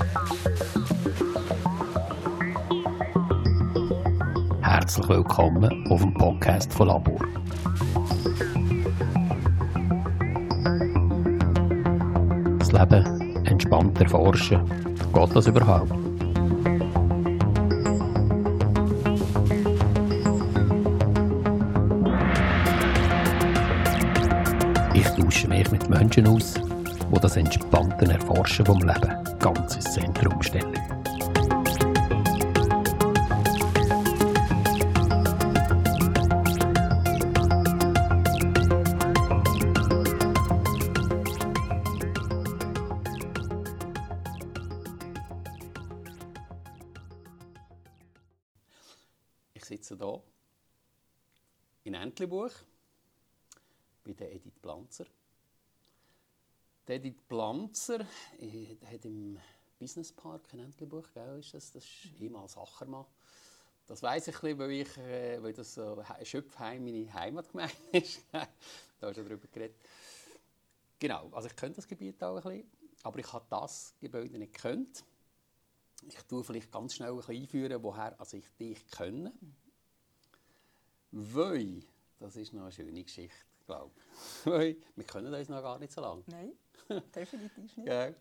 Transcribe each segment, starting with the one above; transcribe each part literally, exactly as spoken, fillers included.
Herzlich willkommen auf dem Podcast von Labor. Das Leben entspannt erforschen. Geht das überhaupt? Ich tausche mich mit Menschen aus, die das entspannte Erforschen vom Leben ganz ins Zentrum stellen. Ich sitze hier in Entlebuch bei der Edith Blanzer. Die Edith Blanzer äh, hat im Businesspark in Entlebuch, gell, ist das, das ist ehemals Achermann. Das weiss ich ein bisschen, weil, ich, äh, weil das so Schöpfheim meine Heimatgemeinde ist. Da hast du darüber geredet. Genau, also ich kenne das Gebiet auch ein bisschen, aber ich habe das Gebäude nicht gekannt. Ich tue vielleicht ganz schnell ein bisschen einführen, woher also ich dich kenne. Weil, das ist noch eine schöne Geschichte, glaube ich. Weil, wir kennen uns noch gar nicht so lange. Nein, definitiv nicht. Ja.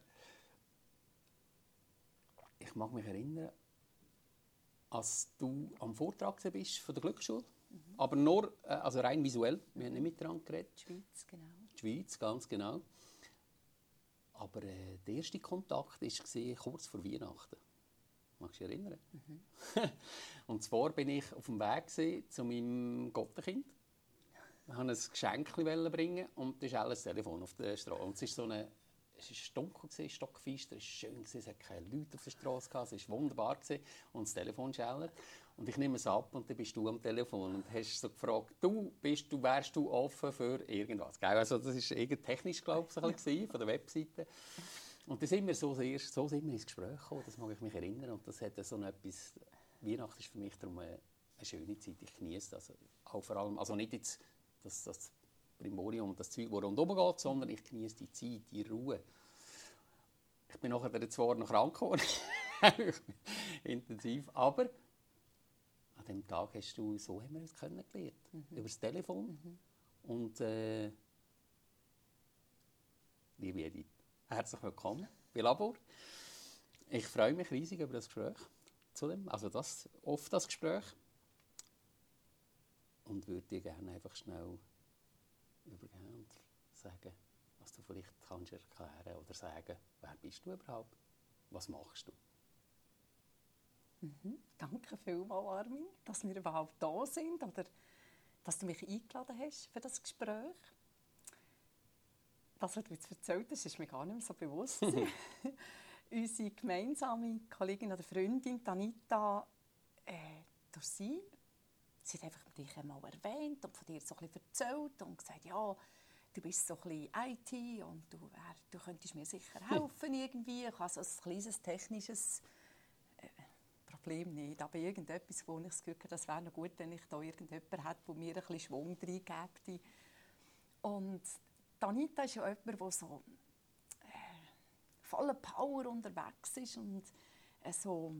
Ich mag mich erinnern, als du am Vortrag warst von der Glücksschule, mhm. aber nur, also rein visuell, wir haben nicht miteinander geredet. Die Schweiz, genau. Die Schweiz, ganz genau. Aber äh, der erste Kontakt war kurz vor Weihnachten. Magst du dich erinnern? Mhm. Und zwar bin ich auf dem Weg zu meinem Gottenkind. Ich wollte ein Geschenk bringen und das ist alles Telefon auf der Straße. Und es ist so eine, es ist dunkel, stockfinster, es war schön, es hatte keine Leute auf der Straße, es war wunderbar und das Telefon schellert. Und ich nehme es ab und dann bist du am Telefon und hast so gefragt, du, bist du, wärst du offen für irgendwas? Also das war irgendwie technisch, glaube ich, so ein bisschen von der Webseite. Und dann sind wir so, sehr, so sind wir ins Gespräch gekommen, das mag ich mich erinnern. Und das hat so etwas, Weihnachten ist für mich darum eine, eine schöne Zeit, ich genieße das. Auch vor allem, also nicht jetzt das, das Primorium, das Zeug, das rundherum geht, sondern ich genieße die Zeit, die Ruhe. Ich bin nachher zwar noch krank geworden, intensiv, aber an dem Tag hast du, so haben wir uns kennengelernt, mhm. über das Telefon. Mhm. Und äh, liebe Edith, herzlich willkommen bei Labor. Ich freue mich riesig über das Gespräch zu dem, also das, oft das Gespräch. Und würde dir gerne einfach schnell übergeben und sagen, was du vielleicht kannst erklären oder sagen, wer bist du überhaupt? Was machst du? Mhm. Danke vielmals, Armin, dass wir überhaupt da sind oder dass du mich eingeladen hast für das Gespräch. Das, was du jetzt erzählt hast, ist mir gar nicht mehr so bewusst. Unsere gemeinsame Kollegin oder Freundin, Anita, äh, durch sie, sie hat einfach dich einmal erwähnt und von dir so ein bisschen erzählt und gesagt, ja, du bist so ein bisschen I T und du, äh, du könntest mir sicher helfen irgendwie. Ich habe so ein kleines technisches äh, Problem nicht, aber irgendetwas, wo ich das Gefühl habe, das wäre noch gut, wenn ich da irgendjemanden hätte, der mir ein bisschen Schwung reingibt. Und Anita ist ja jemand, der so äh, voller Power unterwegs ist und äh, so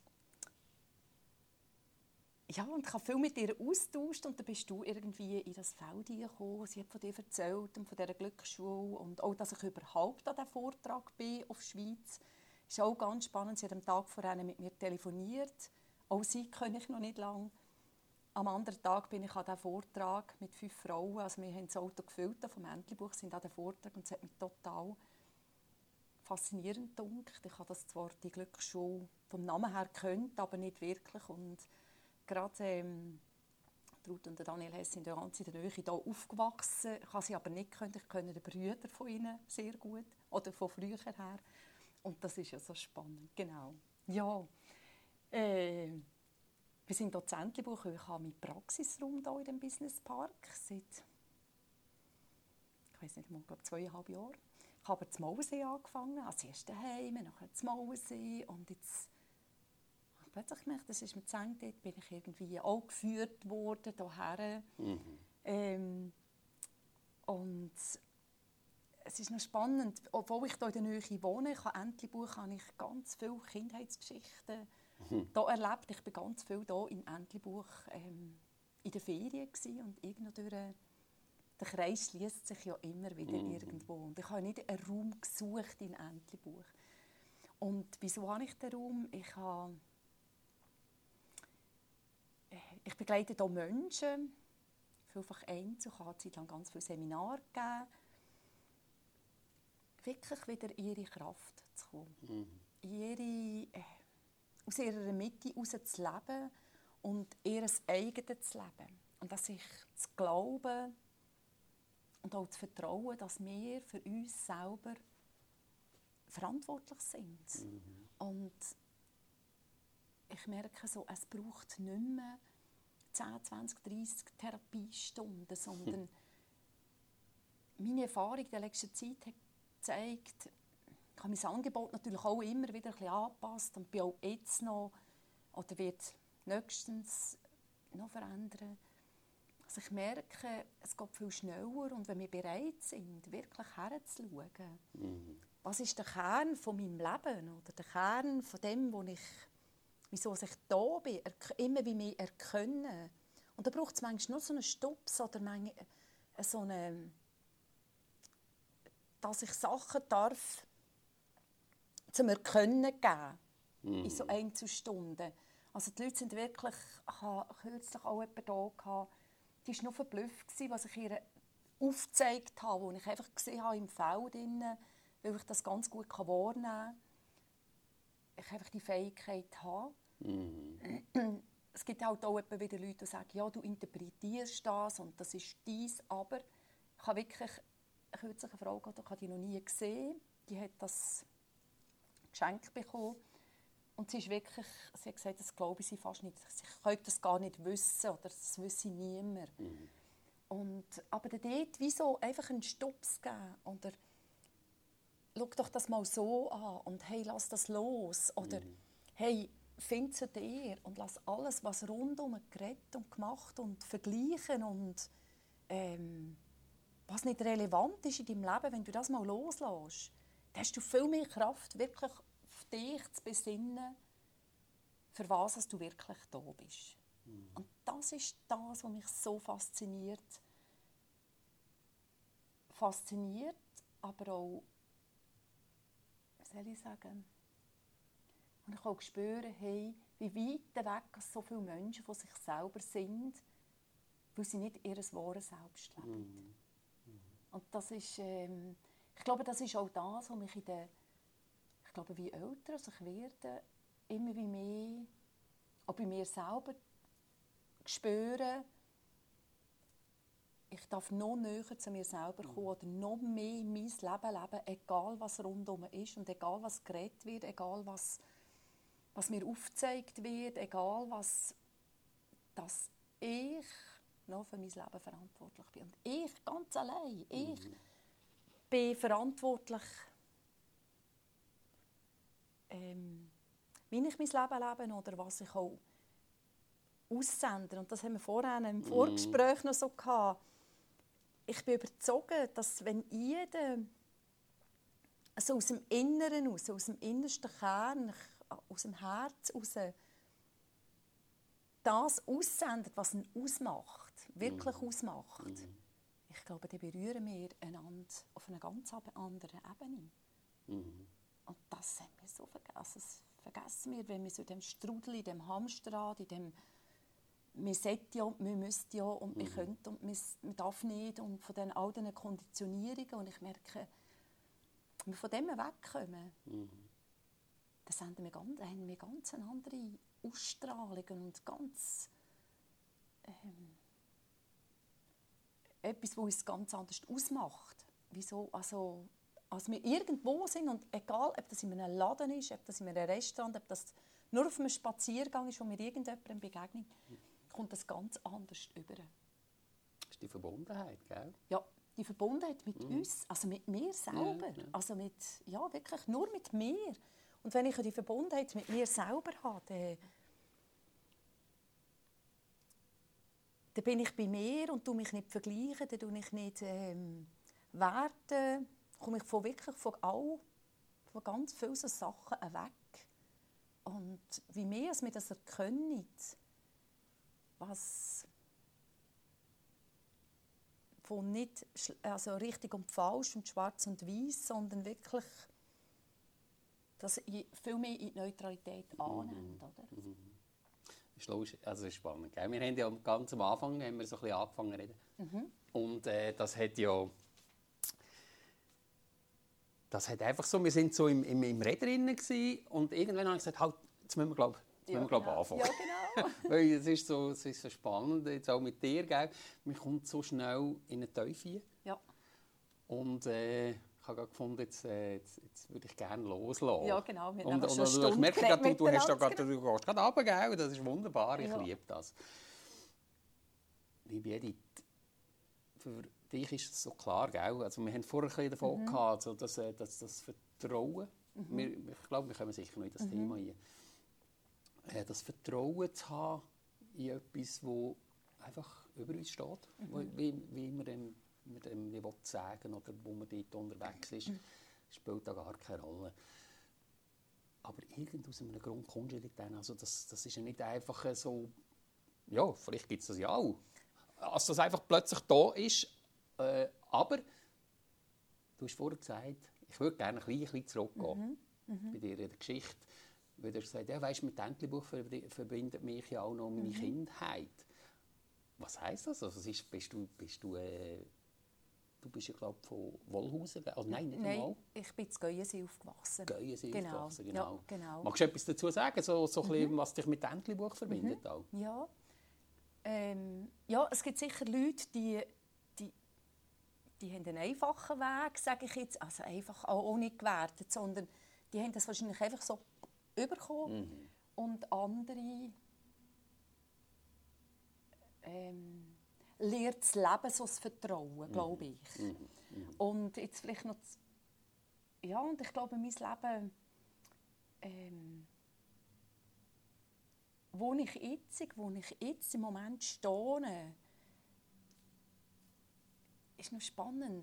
ja, und ich habe viel mit ihr austauscht und dann bist du irgendwie in das Feld gekommen. Sie hat von dir erzählt und von dieser Glücksschule und auch, dass ich überhaupt an diesem Vortrag bin auf Schweiz. Das ist auch ganz spannend. Sie hat am Tag vorher mit mir telefoniert. Auch sie kenne ich noch nicht lange. Am anderen Tag bin ich an diesem Vortrag mit fünf Frauen. Also wir haben das Auto gefüllt vom Entlebuch, sind an diesem Vortrag und es hat mich total faszinierend gedacht. Ich habe das zwar die Glücksschule vom Namen her gekannt, aber nicht wirklich. Und gerade ähm, Ruth und Daniel Hess sind ja ganz in der Nähe hier aufgewachsen. Ich habe sie aber nicht gekannt. Ich kenne die Brüder von ihnen sehr gut. Oder von früher her. Und das ist ja so spannend. Genau. Ja. Äh, wir sind hier in Entlebuch. Ich habe meinen Praxisraum hier in dem Businesspark seit, ich weiß nicht, ich glaube zweieinhalb Jahren. Ich habe aber zum Mausee angefangen. Also erst daheim, nachher zum Mausee und jetzt plötzlich gemerkt, das ist mit Zeng, dort bin ich irgendwie auch geführt worden, hierher. Mhm. Ähm, und es ist noch spannend, obwohl ich hier in der Nähe wohne, ich habe Entlebuch, habe ich ganz viele Kindheitsgeschichten mhm. hier erlebt. Ich war ganz viel hier in Entlebuch ähm, in der Ferien gewesen und irgendwo durch, der Kreis schließt sich ja immer wieder mhm. irgendwo. Und ich habe nicht einen Raum gesucht in Entlebuch. Und wieso habe ich den Raum? Ich, habe, ich begleite hier Menschen, vielfach Einzel, ich habe eine Zeit lang ganz viele Seminare gegeben, wirklich wieder in ihre Kraft zu kommen, mhm. ihre, äh, aus ihrer Mitte heraus zu leben und ihr eigenes zu leben. Und dass ich zu glauben und auch zu vertrauen, dass wir für uns selber verantwortlich sind. Mhm. Und ich merke so, es braucht nicht mehr zehn, zwanzig, dreissig Therapiestunden, sondern hm. meine Erfahrung in der letzten Zeit hat gezeigt, ich habe mein Angebot natürlich auch immer wieder ein bisschen angepasst und bin auch jetzt noch, oder wird nächstens noch verändern. Also ich merke, es geht viel schneller und wenn wir bereit sind, wirklich herzuschauen, mhm. was ist der Kern von meinem Leben oder der Kern von dem, wo ich, wieso ich da bin, immer wie mehr erkennen. Und da braucht es manchmal nur so einen Stups oder manchmal so eine, dass ich Sachen darf zum Erkennen geben mhm. in so Einzelstunden. Also die Leute sind wirklich, ich hatte kürzlich auch jemanden da gehabt, die war noch verblüfft, was ich ihr aufgezeigt habe, wo ich einfach gesehen habe im Feld, weil ich das ganz gut wahrnehmen kann. Ich einfach die Fähigkeit habe. Mhm. Es gibt halt auch wieder Leute, die sagen, ja, du interpretierst das und das ist dies, aber ich habe wirklich kürzlich eine Frau gehabt, ich habe die noch nie gesehen, die hat das geschenkt bekommen und sie ist wirklich, sie hat gesagt, das glaube sie fast nicht, ich könnte das gar nicht wissen oder das wüsste niemand. Mhm. Und, aber dort wie so einfach einen Stups geben oder schau doch das mal so an und hey, lass das los oder mhm. hey, find zu dir und lass alles, was rundum geredet und gemacht und vergleichen und ähm, was nicht relevant ist in deinem Leben, wenn du das mal loslässt, dann hast du viel mehr Kraft, wirklich auf dich zu besinnen, für was du wirklich da bist. Mhm. Und das ist das, was mich so fasziniert. Fasziniert, aber auch, was soll ich sagen, und ich auch spüren, hey, wie weit weg so viele Menschen von sich selber sind, weil sie nicht ihr wahres Selbst leben. Mhm. Mhm. Und das ist, ähm, ich glaube, das ist auch das, was mich in der, ich glaube, wie älter ich werde, immer wie mehr, auch bei mir selber spüren, ich darf noch näher zu mir selber kommen oder noch mehr mein Leben leben, egal was rundherum ist und egal was geredet wird, egal was, was mir aufgezeigt wird, egal was, dass ich noch für mein Leben verantwortlich bin. Und ich ganz allein, ich mhm. bin verantwortlich, ähm, wie ich mein Leben lebe oder was ich auch aussende. Und das haben wir vorhin im Vorgespräch noch so gehabt. Ich bin überzeugt, dass wenn jeder also aus dem Inneren, aus, aus dem innersten Kern, aus dem Herz heraus das aussendet, was ihn ausmacht, wirklich mhm. ausmacht, mhm. ich glaube, dann berühren wir einander auf einer ganz anderen Ebene. Mhm. Und das haben wir so vergessen. Das vergessen wir, wenn wir so in dem Strudel, in dem Hamsterrad, in dem wir sollten ja, wir müssen ja und wir mhm. können und wir, wir darf nicht und von den, all diesen Konditionierungen. Und ich merke, wenn wir von dem wegkommen, mhm. dann senden wir ganz, haben wir ganz eine andere Ausstrahlung und ganz ähm, etwas, was uns ganz anders ausmacht. Wieso? Also, als wir irgendwo sind und egal, ob das in einem Laden ist, ob das in einem Restaurant, ob das nur auf einem Spaziergang ist, wo wir irgendjemandem begegnen, kommt das ganz anders rüber. Das ist die Verbundenheit, gell? Ja, die Verbundenheit mit mm. uns, also mit mir selber. Ja, ja. Also mit, ja, wirklich nur mit mir. Und wenn ich die Verbundenheit mit mir selber habe, dann, dann bin ich bei mir und tue mich nicht vergleichen, dann tue ich nicht ähm, werten komme ich von wirklich von, all, von ganz vielen so Sachen weg. Und wie mehr als wir das erkennen, was von nicht also richtig und falsch und schwarz und weiß, sondern wirklich das viel mehr in die Neutralität annimmt. Oder? Mhm. Also das ist spannend. Gell? Wir haben ja ganz am Anfang haben wir so ein bisschen angefangen zu reden. Mhm. Und äh, das hat ja... Das hat einfach so, wir sind so im, im, im Reden drin gewesen, und irgendwann habe ich gesagt, halt, jetzt müssen wir, glaub, jetzt ja, müssen wir glaub, genau. anfangen. Ja, genau. Weil es ist, so, es ist so spannend, jetzt auch mit dir, gell? Man kommt so schnell in eine Teufel. Ja. Und äh, ich habe gerade gefunden, jetzt, äh, jetzt, jetzt würde ich gerne loslassen. Ja, genau. Wir und, und, und ich merke gerade, du, du, hast da grad, du gehst gerade runter, gell? Das ist wunderbar, ich ja. liebe das. Liebe Edith, für dich ist es so klar, gell? Also wir haben vorher ein bisschen davon mhm. gehabt, also das, das, das Vertrauen. Mhm. Wir, ich glaube, wir kommen sicher noch in das mhm. Thema hier. Das Vertrauen zu haben in etwas, das einfach über uns steht, mhm. wie, wie man dem, man dem nicht sagen will, oder wo man dort unterwegs ist, mhm. spielt da gar keine Rolle. Aber irgend aus einem Grund kommst du dann, also das, das ist ja nicht einfach so, ja, vielleicht gibt es das ja auch, als das einfach plötzlich da ist, äh, aber du hast vorher gesagt, ich würde gerne ein bisschen zurückgehen mhm. Mhm. bei dir in der Geschichte. Weil du hast gesagt, ja, weißt, mit dem Entlebuch verbindet mich ja auch noch meine mhm. Kindheit. Was heisst das? Also, ist, bist du, bist du, äh, du bist ja, glaube ich, von Wollhausen? Also, nein, nicht nein, einmal. Ich bin in Geuensee aufgewachsen. Geuensee genau. aufgewachsen, genau. Ja, genau. Magst du etwas dazu sagen, so, so mhm. bisschen, was dich mit dem Entlebuch verbindet? Mhm. Auch? Ja. Ähm, ja, es gibt sicher Leute, die, die, die haben einen einfachen Weg, sage ich jetzt. Also einfach auch nicht gewertet, sondern die haben das wahrscheinlich einfach so überkommen. Mhm. Und andere ähm, lernt das Leben so das Vertrauen, mhm. glaube ich. Mhm. Mhm. Und jetzt vielleicht noch das, ja, und ich glaube, mein Leben, ähm, wo ich jetzt, wo ich jetzt im Moment stehe, ist noch spannend.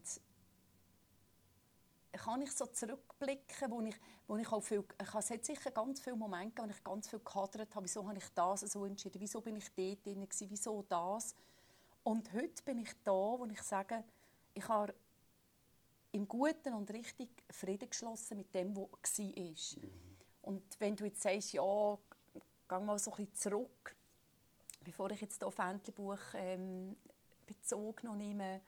Kann ich so zurückblicken, wo ich, wo ich auch viel, ich habe sicher ganz viele Momente, wo ich ganz viel gehadert habe, wieso habe ich das so entschieden, wieso bin ich dort drin gewesen, wieso das. Und heute bin ich da, wo ich sage, ich habe im Guten und richtig Frieden geschlossen mit dem, was war. Mhm. Und wenn du jetzt sagst, ja, geh mal so ein bisschen zurück, bevor ich jetzt auf Entlebuch ähm, Bezug noch nehme.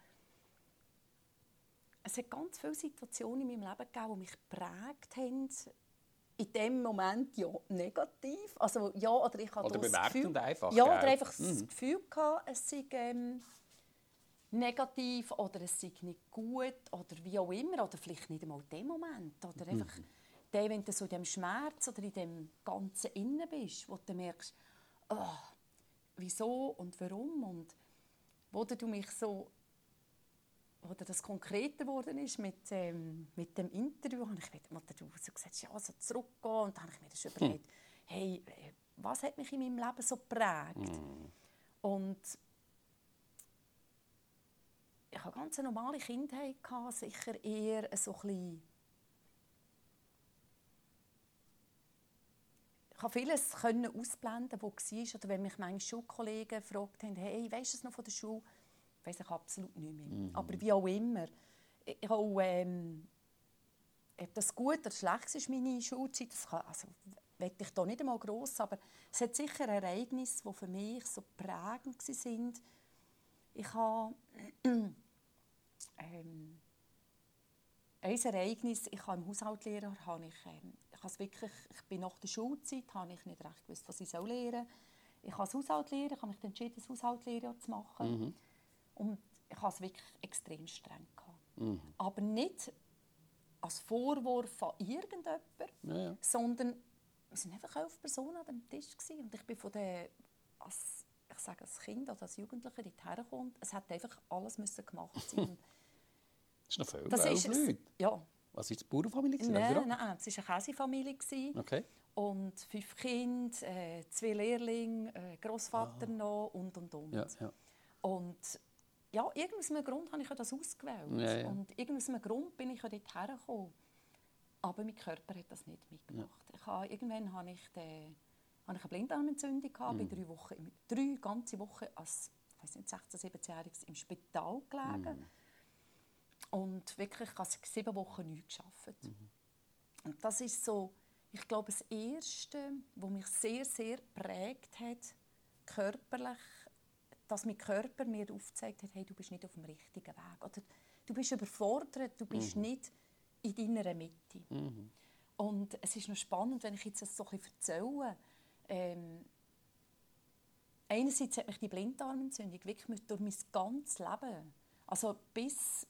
Es hat ganz viele Situationen in meinem Leben gegeben, die mich geprägt haben. In dem Moment ja negativ. Also, ja, oder ich hatte oder das Gefühl, einfach. Ja, gell? oder einfach mhm. das Gefühl gehabt, es sei ähm, negativ oder es sei nicht gut oder wie auch immer. Oder vielleicht nicht einmal in dem Moment. Oder einfach, mhm. der, wenn du so in diesem Schmerz oder in dem Ganzen innen bist, wo du merkst, oh, wieso und warum. Und wo du mich so... Oder das konkreter geworden ist mit, ähm, mit dem Interview, habe ich mit Mutter so gesagt, ja, so zurückgehen. Und dann habe ich mir das überlegt, hm. hey, was hat mich in meinem Leben so geprägt? Hm. Und ich hatte ganz eine normale Kindheit, sicher eher so ein bisschen... Ich konnte vieles ausblenden, was war. Oder wenn mich meine Schulkollegen gefragt haben, hey, weisst du es noch von der Schule? Weiss ich absolut nicht mehr. Mhm. Aber wie auch immer. Ich auch, ähm, ob das gut oder schlecht ist, meine Schulzeit, das kann, also, will ich da nicht einmal gross, aber es hat sicher Ereignisse, die für mich so prägend waren. Ich habe ähm, ein Ereignis, ich habe im Haushaltlehrer, habe ich, ähm, ich, habe wirklich, ich bin nach der Schulzeit, habe ich nicht recht gewusst, was ich lernen soll. Ich habe das Haushaltlehrer, ich habe mich entschieden, das Haushaltlehrer zu machen. Mhm. Und ich hatte es wirklich extrem streng. Mhm. Aber nicht als Vorwurf an irgendjemanden, ja, ja. sondern wir waren einfach elf Personen an dem Tisch. Gewesen. Und ich bin von der, als, ich sage, als Kind oder als Jugendlicher dorthin gekommen. Es hat einfach alles müssen gemacht sein. Das ist noch viel, das elf ist, Leute? Ja. Was war das, eine Bauernfamilie? Nein, nein, es war eine Käsefamilie. Okay. Und fünf Kinder, äh, zwei Lehrlinge, äh, Grossvater ah. noch und, und, und. Ja, ja. Und ja, aus einem Grund habe ich das ausgewählt. Ja, ja. Und aus einem Grund bin ich dort hergekommen. Aber mein Körper hat das nicht mitgemacht. Ja. Ich habe, irgendwann hatte ich, den, hatte ich eine Blinddarmentzündung, gehabt, mhm. bin drei, Wochen, drei ganze Wochen als ich weiss nicht, sechzehn-, siebzehnjähriges im Spital gelegen. Mhm. Und wirklich also sieben Wochen nichts gearbeitet. Mhm. Und das ist so, ich glaube, das Erste, was mich sehr, sehr geprägt hat, körperlich, dass mein Körper mir aufgezeigt hat, hey, du bist nicht auf dem richtigen Weg. Oder du bist überfordert, du bist mhm. nicht in deiner Mitte. Mhm. Und es ist noch spannend, wenn ich jetzt das so ein bisschen erzähle. Ähm, einerseits hat mich die Blinddarmentzündung wirklich durch mein ganzes Leben, also bis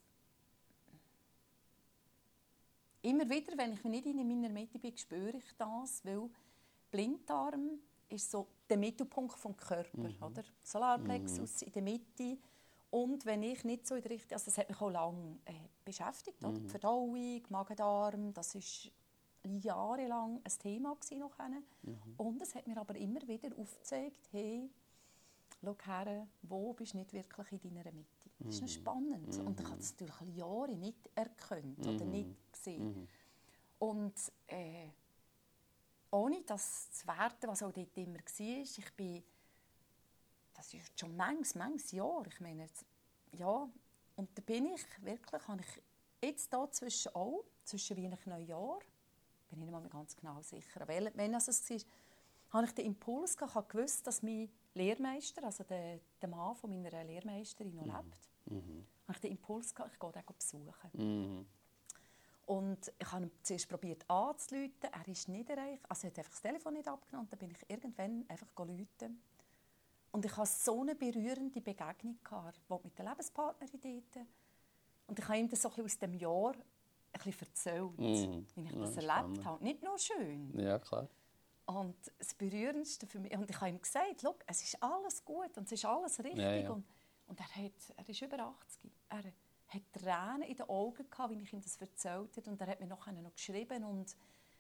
immer wieder, wenn ich nicht in meiner Mitte bin, spüre ich das, weil Blinddarm ist so der Mittelpunkt des Körpers, mhm. oder? Solarplexus mhm. in der Mitte. Und wenn ich nicht so in der Richtung, also das hat mich auch lange äh, beschäftigt, oder? Mhm. Die Verdauung, Magen-Darm, das ist jahrelang ein Thema gewesen noch. Mhm. Und es hat mir aber immer wieder aufgezeigt, hey, schau her, wo bist du nicht wirklich in deiner Mitte. Das ist noch spannend. Mhm. Und ich habe das natürlich Jahre nicht erkannt oder Mhm. nicht gesehen. Mhm. Und äh, ohne das zu werten, was auch dort immer war, ich bin, das ist schon manches, manches Jahr, ich meine, ja, und da bin ich wirklich, habe ich jetzt da zwischen auch, zwischen Weihnachten und Neujahr, bin ich nicht mal ganz genau sicher, wenn es war, habe ich den Impuls gehabt, ich habe gewusst, dass mein Lehrmeister, also der, der Mann von meiner Lehrmeisterin noch lebt, Mhm. habe ich den Impuls gehabt, ich gehe den besuchen. Mhm. Und ich habe ihn zuerst probiert anzurufen, er ist nicht erreicht, also er hat einfach das Telefon nicht abgenommen, und dann bin ich irgendwann einfach rufen. Und ich hatte so eine berührende Begegnung gehabt, mit der Lebenspartnerin dort. Und ich habe ihm das so ein bisschen aus dem Jahr ein bisschen erzählt, Mhm. wie ich Ja, das spannend. erlebt habe. Nicht nur schön. Ja, klar. Und das Berührendste für mich, und ich habe ihm gesagt, schau, es ist alles gut und es ist alles richtig. Ja, ja. Und, und er, hat, er ist über achtzig. Er hat Tränen in den Augen gehabt, wie ich ihm das erzählt habe. Und er hat mir nachher noch geschrieben und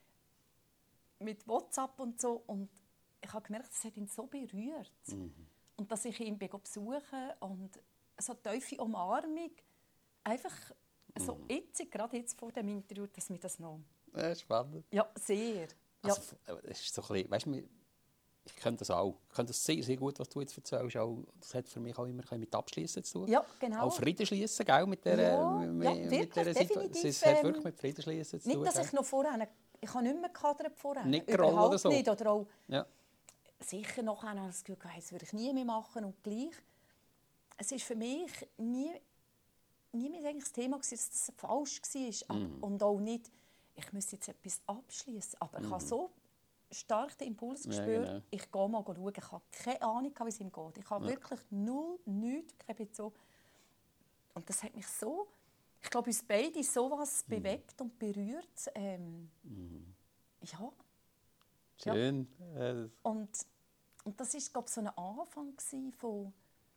mit WhatsApp und so. Und ich habe gemerkt, es hat ihn so berührt. Mhm. Und dass ich ihn besuchen und so eine tiefe Umarmung, einfach so Mhm. jetzt, gerade jetzt vor dem Interview, dass mir das noch... Ja, spannend. Ja, sehr. Also, es ist so ein bisschen, weißt du, ich kenne das auch. Ich kenne das sehr, sehr gut, was du jetzt erzählst. Auch, das hat für mich auch immer mit Abschließen zu tun. Ja, genau. Auch Frieden schließen, gell, mit dieser, ja, mit, ja, mit wirklich, dieser definitiv. Es hat ähm, wirklich mit Frieden schließen zu nicht, tun. dass ich noch vorher... Ich habe nicht mehr gehadert vorher. Nicht Überhaupt gerollt oder so. nicht. Oder auch Ja. sicher nachher habe ich das Gefühl, das würde ich nie mehr machen. Und gleich, es ist für mich nie, nie mehr das Thema, dass das falsch war. Mhm. Und auch nicht, ich müsste jetzt etwas abschließen. Aber Mhm. ich habe so stark den Impuls Ja, gespürt, genau. ich gehe mal schauen. Ich habe keine Ahnung, wie es ihm geht. Ich habe Ja. wirklich null, nichts, kein Bezug. Und das hat mich so, ich glaube, uns beide so was Mhm. bewegt und berührt. Ähm, Mhm. ja. Schön. Ja. Ja. Und, und das war, glaube ich, so ein Anfang von,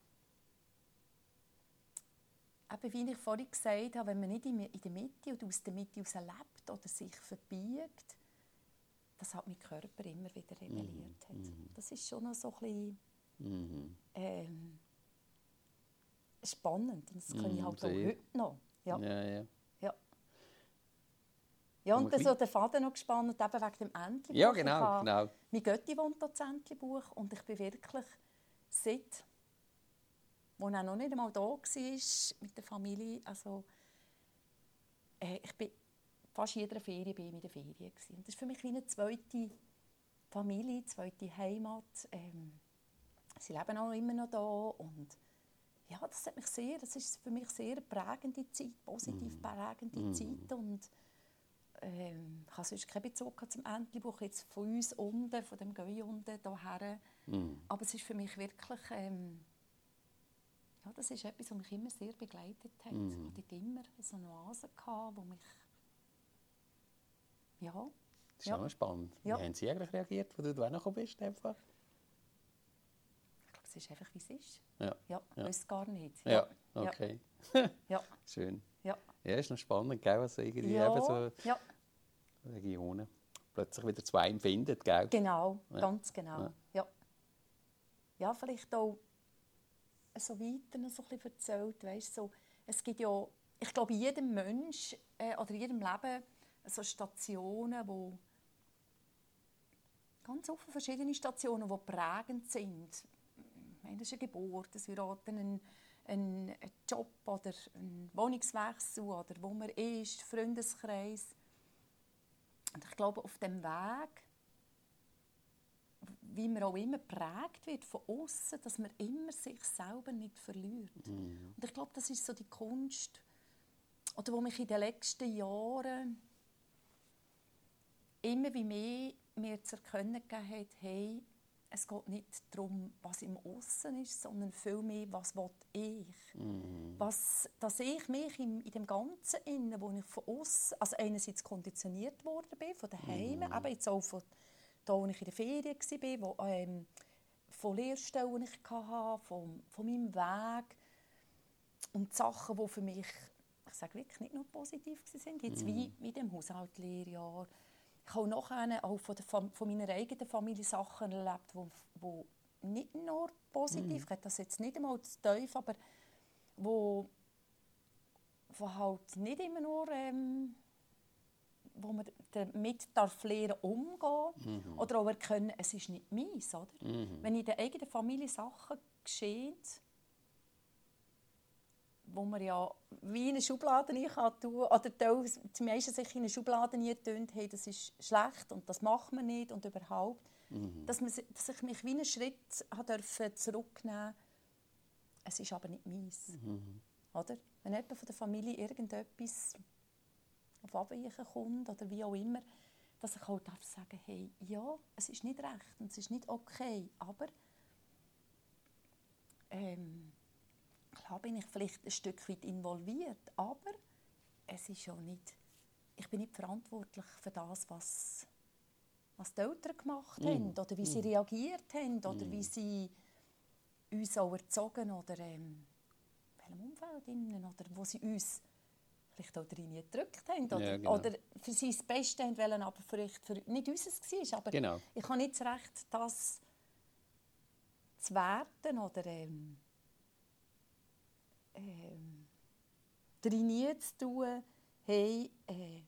eben, wie ich vorhin gesagt habe, wenn man nicht in der Mitte oder aus der Mitte heraus lebt oder sich verbiegt, dass halt mein Körper immer wieder rebelliert hat. Mhm. Das ist schon noch so ein bisschen Mhm. ähm, spannend. Und das kann Mhm, ich halt auch sehr. heute noch. Ja, Ja, ja. ja. Ja, und Und dann so den Faden noch gespannt, eben wegen dem Entlebuch. Ja, genau, Ich habe, genau. Mein Götti wohnt hier das Entlebuch und ich bin wirklich seit, als er noch nicht einmal da war mit der Familie, also äh, ich bin fast jeder Ferien bei ihm in der Ferien gewesen. Und das ist für mich wie eine zweite Familie, eine zweite Heimat. Ähm, sie leben auch immer noch da und ja, das hat mich sehr, das ist für mich sehr eine prägende Zeit, positiv Mhm. prägende Mhm. Zeit und ähm, ich habe sonst keinen Bezug zum Entlebuch, jetzt von uns unten, von dem Gäu unten hierher. Mhm. Aber es ist für mich wirklich, ähm, ja, das ist etwas, was mich immer sehr begleitet hat. Mhm. Ich hatte dort immer so eine Oase, die mich, ja. Das ist Ja. auch spannend. Ja. Wie haben Sie eigentlich reagiert, als du da gekommen bist? Einfach? Ich glaube, es ist einfach, wie es ist. Ja. Ja, Ja. ich weiß gar nicht. Ja, okay. Ja. Schön. Ja. Ja, ist noch spannend, gell, was irgendwie Ja. eben so Ja. Regionen plötzlich wieder zu einem findet, gell? Genau, Ja. ganz genau. Ja. Ja. Ja, vielleicht auch so weiter noch so ein bisschen erzählt. Weißt, so, es gibt ja, ich glaube, in jedem Mensch äh, oder in jedem Leben so Stationen, wo ganz offen verschiedene Stationen, die prägend sind. Das ist eine Geburt, das Heiraten, ein, ein, ein Job oder ein Wohnungswechsel oder wo man ist, Freundeskreis. Und ich glaube, auf dem Weg, wie man auch immer geprägt wird von außen, dass man immer sich selber nicht verliert. Mhm. Und ich glaube, das ist so die Kunst, oder wo mich in den letzten Jahren immer wie mehr mir zu erkennen gegeben hat, hey, es geht nicht darum, was im Aussen ist, sondern vielmehr, was will ich. Mhm. Was, dass ich mich in, in dem Ganzen, innen, wo ich von außen, also einerseits konditioniert worden bin, von daheim, mhm. aber jetzt auch von da, wo ich in der Ferien war, wo, ähm, von Lehrstellen, die ich hatte, von, von meinem Weg und die Sachen, die für mich, ich sage wirklich, nicht nur positiv waren, jetzt mhm. wie mit dem Haushaltslehrjahr. Ich habe nachher auch von, der Fam- von meiner eigenen Familie Sachen erlebt, die nicht nur positiv, mm. ich das jetzt nicht einmal zu tief, aber wo, wo halt nicht immer nur, ähm, wo man damit darf lernen umgehen mm. oder auch erkennen, es ist nicht meins, oder? Mm. Wenn in der eigenen Familie Sachen geschehen, wo man ja wie in eine Schublade tun kann, oder die meisten sich in eine Schublade tun, hey, das ist schlecht und das macht man nicht und überhaupt. Mhm. Dass, man, dass ich mich wie einen Schritt zurücknehmen durfte, es ist aber nicht meins. Mhm. Oder? Wenn jemand von der Familie irgendetwas auf Abweichen kommt oder wie auch immer, dass ich halt darf sagen, hey, ja, es ist nicht recht und es ist nicht okay, aber ähm, klar bin ich vielleicht ein Stück weit involviert, aber es ist ja nicht, ich bin nicht verantwortlich für das, was, was die Eltern gemacht mm. haben oder wie mm. sie reagiert haben oder mm. wie sie uns auch erzogen oder ähm, in welchem Umfeld innen, oder wo sie uns vielleicht auch rein gedrückt haben oder, ja, genau. oder für sie das Beste haben wollen, aber vielleicht für nicht unseres war. Aber genau. ich habe nicht das Recht, das zu werten oder ähm, ähm, drin zu tun, hey, äh,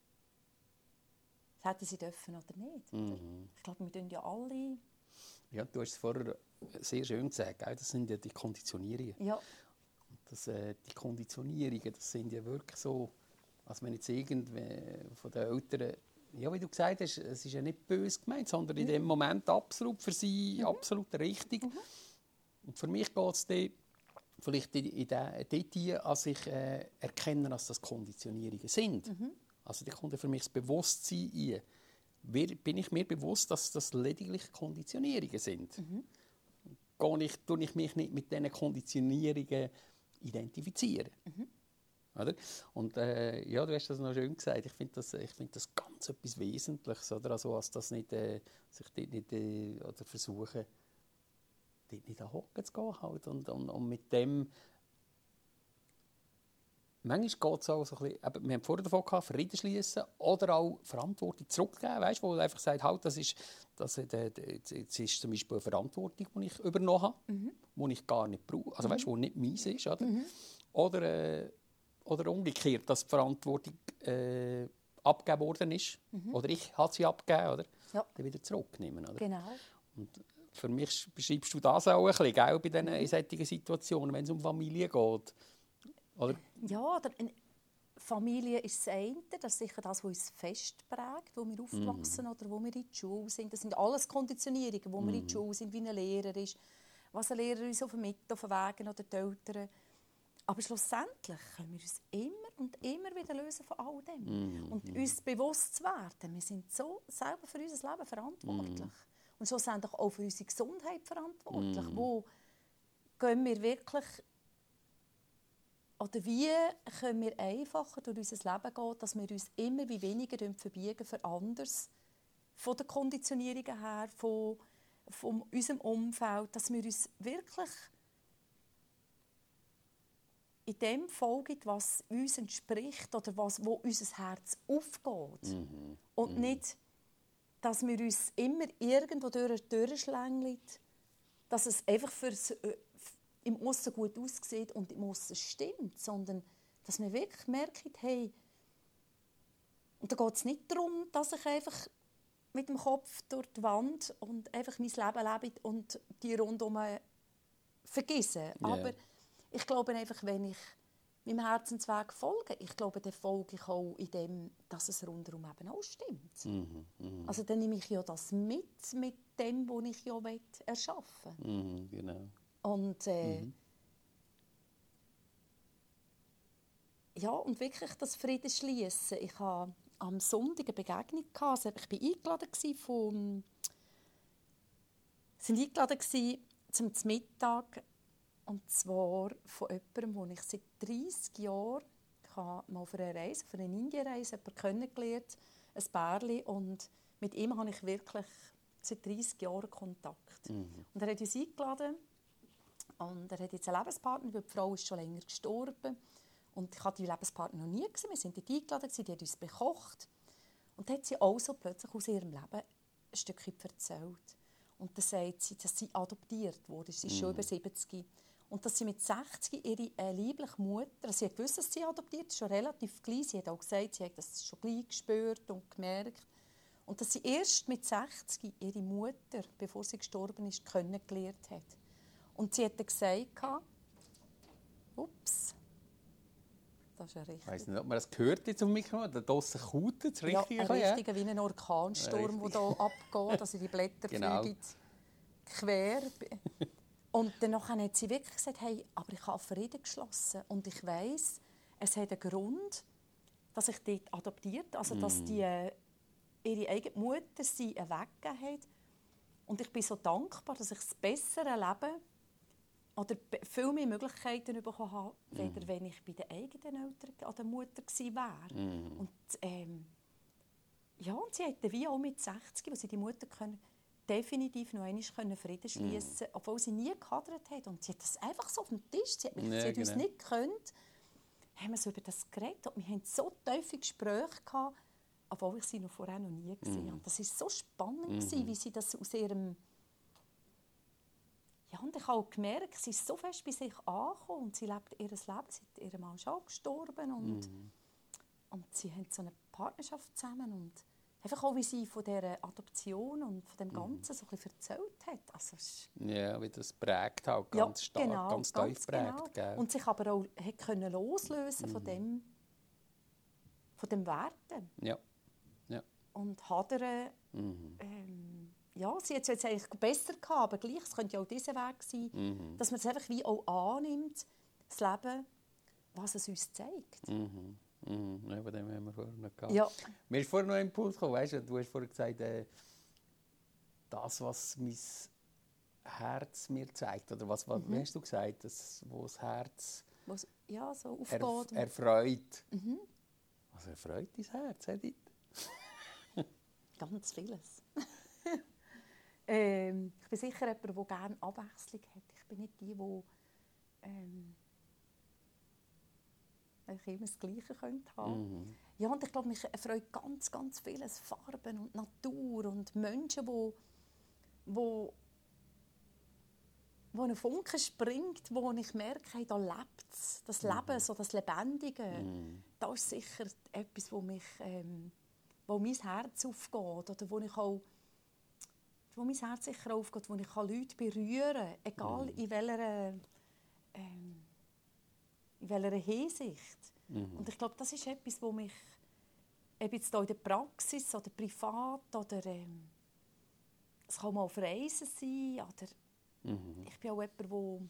das hätten sie dürfen oder nicht. Mhm. Oder? Ich glaube, wir tun ja alle... Ja, du hast es vorher sehr schön gesagt, das sind ja die Konditionierungen. Ja. Das, äh, die Konditionierungen, das sind ja wirklich so, als wenn jetzt irgendwie von den Eltern, ja, wie du gesagt hast, es ist ja nicht böse gemeint, sondern in mhm. dem Moment absolut für sie mhm. absolut richtig. Mhm. Und für mich geht es dann vielleicht in, in der, dort, als ich äh, erkenne, dass das Konditionierungen sind. Mhm. Also da kommt für mich das Bewusstsein ein. Bin ich mir bewusst, dass das lediglich Konditionierungen sind? Mhm. Gehe ich, tue ich mich nicht mit diesen Konditionierungen identifizieren? Mhm. Oder? Und äh, ja, du hast das noch schön gesagt. Ich finde das, ich find das ganz etwas Wesentliches, oder? Also, als das nicht, äh, sich dort nicht äh, oder versuchen, dort nicht an Hocken zu gehen halt. und, und, und mit dem manchmal geht es auch so ein bisschen, eben, wir haben vorher davon gehabt, Frieden schließen oder auch Verantwortung zurückgeben, weißt, wo du einfach sagt, halt, das ist, das, äh, das ist zum Beispiel eine Verantwortung, die ich übernommen habe, mhm. die ich gar nicht brauche, also weißt, die nicht meins ist, oder? Mhm. Oder, äh, oder umgekehrt, dass die Verantwortung äh, abgegeben worden ist, mhm. oder ich habe sie abgegeben, oder? Ja. Dann wieder zurücknehmen, oder? Genau. Und für mich beschreibst du das auch ein bisschen, gell, bei diesen in solchen Situationen, wenn es um Familie geht. Oder? Ja, oder Familie ist das eine, das ist sicher das, was uns fest prägt, wo wir aufwachsen mm. oder wo wir in der Schule sind. Das sind alles Konditionierungen, wo mm. wir in der Schule sind, wie ein Lehrer ist, was ein Lehrer uns auf den Mit- auf den Wegen oder die Eltern. Aber schlussendlich können wir uns immer und immer wieder lösen von all dem. Mm. Und uns bewusst zu werden, wir sind so selber für unser Leben verantwortlich. Mm. Und schlussendlich auch für unsere Gesundheit verantwortlich. Mm. Wo gehen wir wirklich... Oder wie können wir einfacher durch unser Leben gehen, dass wir uns immer wie weniger verbiegen für anderes, von den Konditionierungen her, von, von unserem Umfeld, dass wir uns wirklich in dem folgen, was uns entspricht oder was, wo unser Herz aufgeht. Mhm. Und mhm. nicht, dass wir uns immer irgendwo durch, durchschlängeln, dass es einfach für im Aussen gut aussieht und im Aussen stimmt, sondern dass man wirklich merkt, hey, und da geht es nicht darum, dass ich einfach mit dem Kopf durch die Wand und einfach mein Leben lebe und die rundum vergesse. Yeah. Aber ich glaube einfach, wenn ich meinem Herzensweg folge, ich glaube, dann folge ich auch in dem, dass es rundherum eben auch stimmt. Mhm. Mhm. Also dann nehme ich ja das mit, mit dem, was ich ja erschaffen will. Mhm. Genau. Und, äh, Mhm. ja, und wirklich das Frieden schließen. Ich hatte am Sonntag eine Begegnung. Also ich war eingeladen von, sind eingeladen zum Mittag. Und zwar von jemandem, den ich seit dreissig Jahren ich habe mal auf einer Reise, auf einer Indienreise jemanden kennengelernt, ein Pärchen. Und mit ihm habe ich wirklich seit dreissig Jahren Kontakt. Mhm. Und er hat uns eingeladen. Und er hat jetzt einen Lebenspartner, weil die Frau ist schon länger gestorben. Und ich hatte die Lebenspartner noch nie gesehen. Wir sind dort eingeladen, die hat uns bekocht. Und dann hat sie auch so plötzlich aus ihrem Leben ein Stückchen erzählt. Und dann sagt sie, dass sie adoptiert wurde. Sie ist Mhm. schon über siebzig. Und dass sie mit sechzig ihre äh, liebliche Mutter, sie hat gewusst, dass sie adoptiert ist, schon relativ klein. Sie hat auch gesagt, sie hat das schon gleich gespürt und gemerkt. Und dass sie erst mit sechzig ihre Mutter, bevor sie gestorben ist, kennengelernt hat. Und sie hat dann gesagt, ups, das ist ja richtig. Ich weiss nicht, ob man das gehört jetzt um mich herum. Da draussen kautet es Ja, richtig. ein Ja, richtiger wie ein Orkansturm, der hier abgeht, also die Blätter Genau. fliegen quer. Und danach hat sie wirklich gesagt, hey, aber ich habe Frieden geschlossen. Und ich weiss, es hat einen Grund, dass ich dort adoptiert, also dass die, äh, ihre eigene Mutter sie weggegeben hat. Und ich bin so dankbar, dass ich das bessere Leben oder viel mehr Möglichkeiten bekommen habe, weder wenn ich bei den eigenen Eltern oder der Mutter gewesen wäre. Mhm. Und, ähm, ja, und sie hätte wie auch mit sechzig, wo sie die Mutter können, definitiv noch einmal Frieden schließen, mm. obwohl sie nie gehadert hat. Und sie hat das einfach so auf dem Tisch, sie hat, mich, Ja, sie hat genau. uns nicht gekannt, haben wir so über das geredet und wir hatten so tiefe Gespräche gehabt, obwohl ich sie noch vorher noch nie gesehen Mm. habe. Das war so spannend, Mhm. gewesen, wie sie das aus ihrem... Ja, und ich habe auch gemerkt, sie ist so fest bei sich angekommen und sie lebt ihr Leben, sie ist ihrem Mann schon gestorben und, Mhm. und sie haben so eine Partnerschaft zusammen und einfach auch, wie sie von dieser Adoption und von dem Ganzen so ein bisschen erzählt hat. Also, es ist Ja, wie das prägt halt, ja, ganz stark, genau, ganz tief prägt. genau. Gell? Und sich aber auch hat können loslösen von dem, von dem Werten. Ja. Ja. Und hadern, Mhm. ähm, ja, sie hat es jetzt eigentlich besser gehabt, aber gleich, es könnte ja auch dieser Weg sein, Mhm. dass man es einfach wie auch annimmt, das Leben, was es uns zeigt. Mhm. Mhm. Ja, von dem haben wir vorher noch gehabt. Ja. Mir ist vorher noch ein Impuls gekommen, weißt du, du hast vorher gesagt, äh, das, was mein Herz mir zeigt, oder was, was Mhm. wie hast du gesagt, das, wo das Herz Was, ja, so erf aufgeht. erfreut. Mhm. Was erfreut dein Herz, Edith? Ganz vieles. ähm, ich bin sicher jemand, der gerne Abwechslung hat. Ich bin nicht die, die ähm, immer das Gleiche könnte haben. Mhm. Ja, und ich glaube, mich erfreut ganz, ganz vieles. Farben und Natur und Menschen, wo, wo, wo ein Funke springt, wo ich merke, hey, da lebt es. Das Leben, so das Lebendige. Mhm. Das ist sicher etwas, wo mich, ähm, wo mein Herz aufgeht. Oder wo ich auch, wo mein Herz sicher aufgeht, wo ich Leute berühren kann, egal Mhm. in welcher, ähm, in welcher Hinsicht. Mhm. Und ich glaube, das ist etwas, wo mich ob jetzt hier in der Praxis oder privat oder ähm, es kann mal auf Reisen sein oder Mhm. ich bin auch jemand, der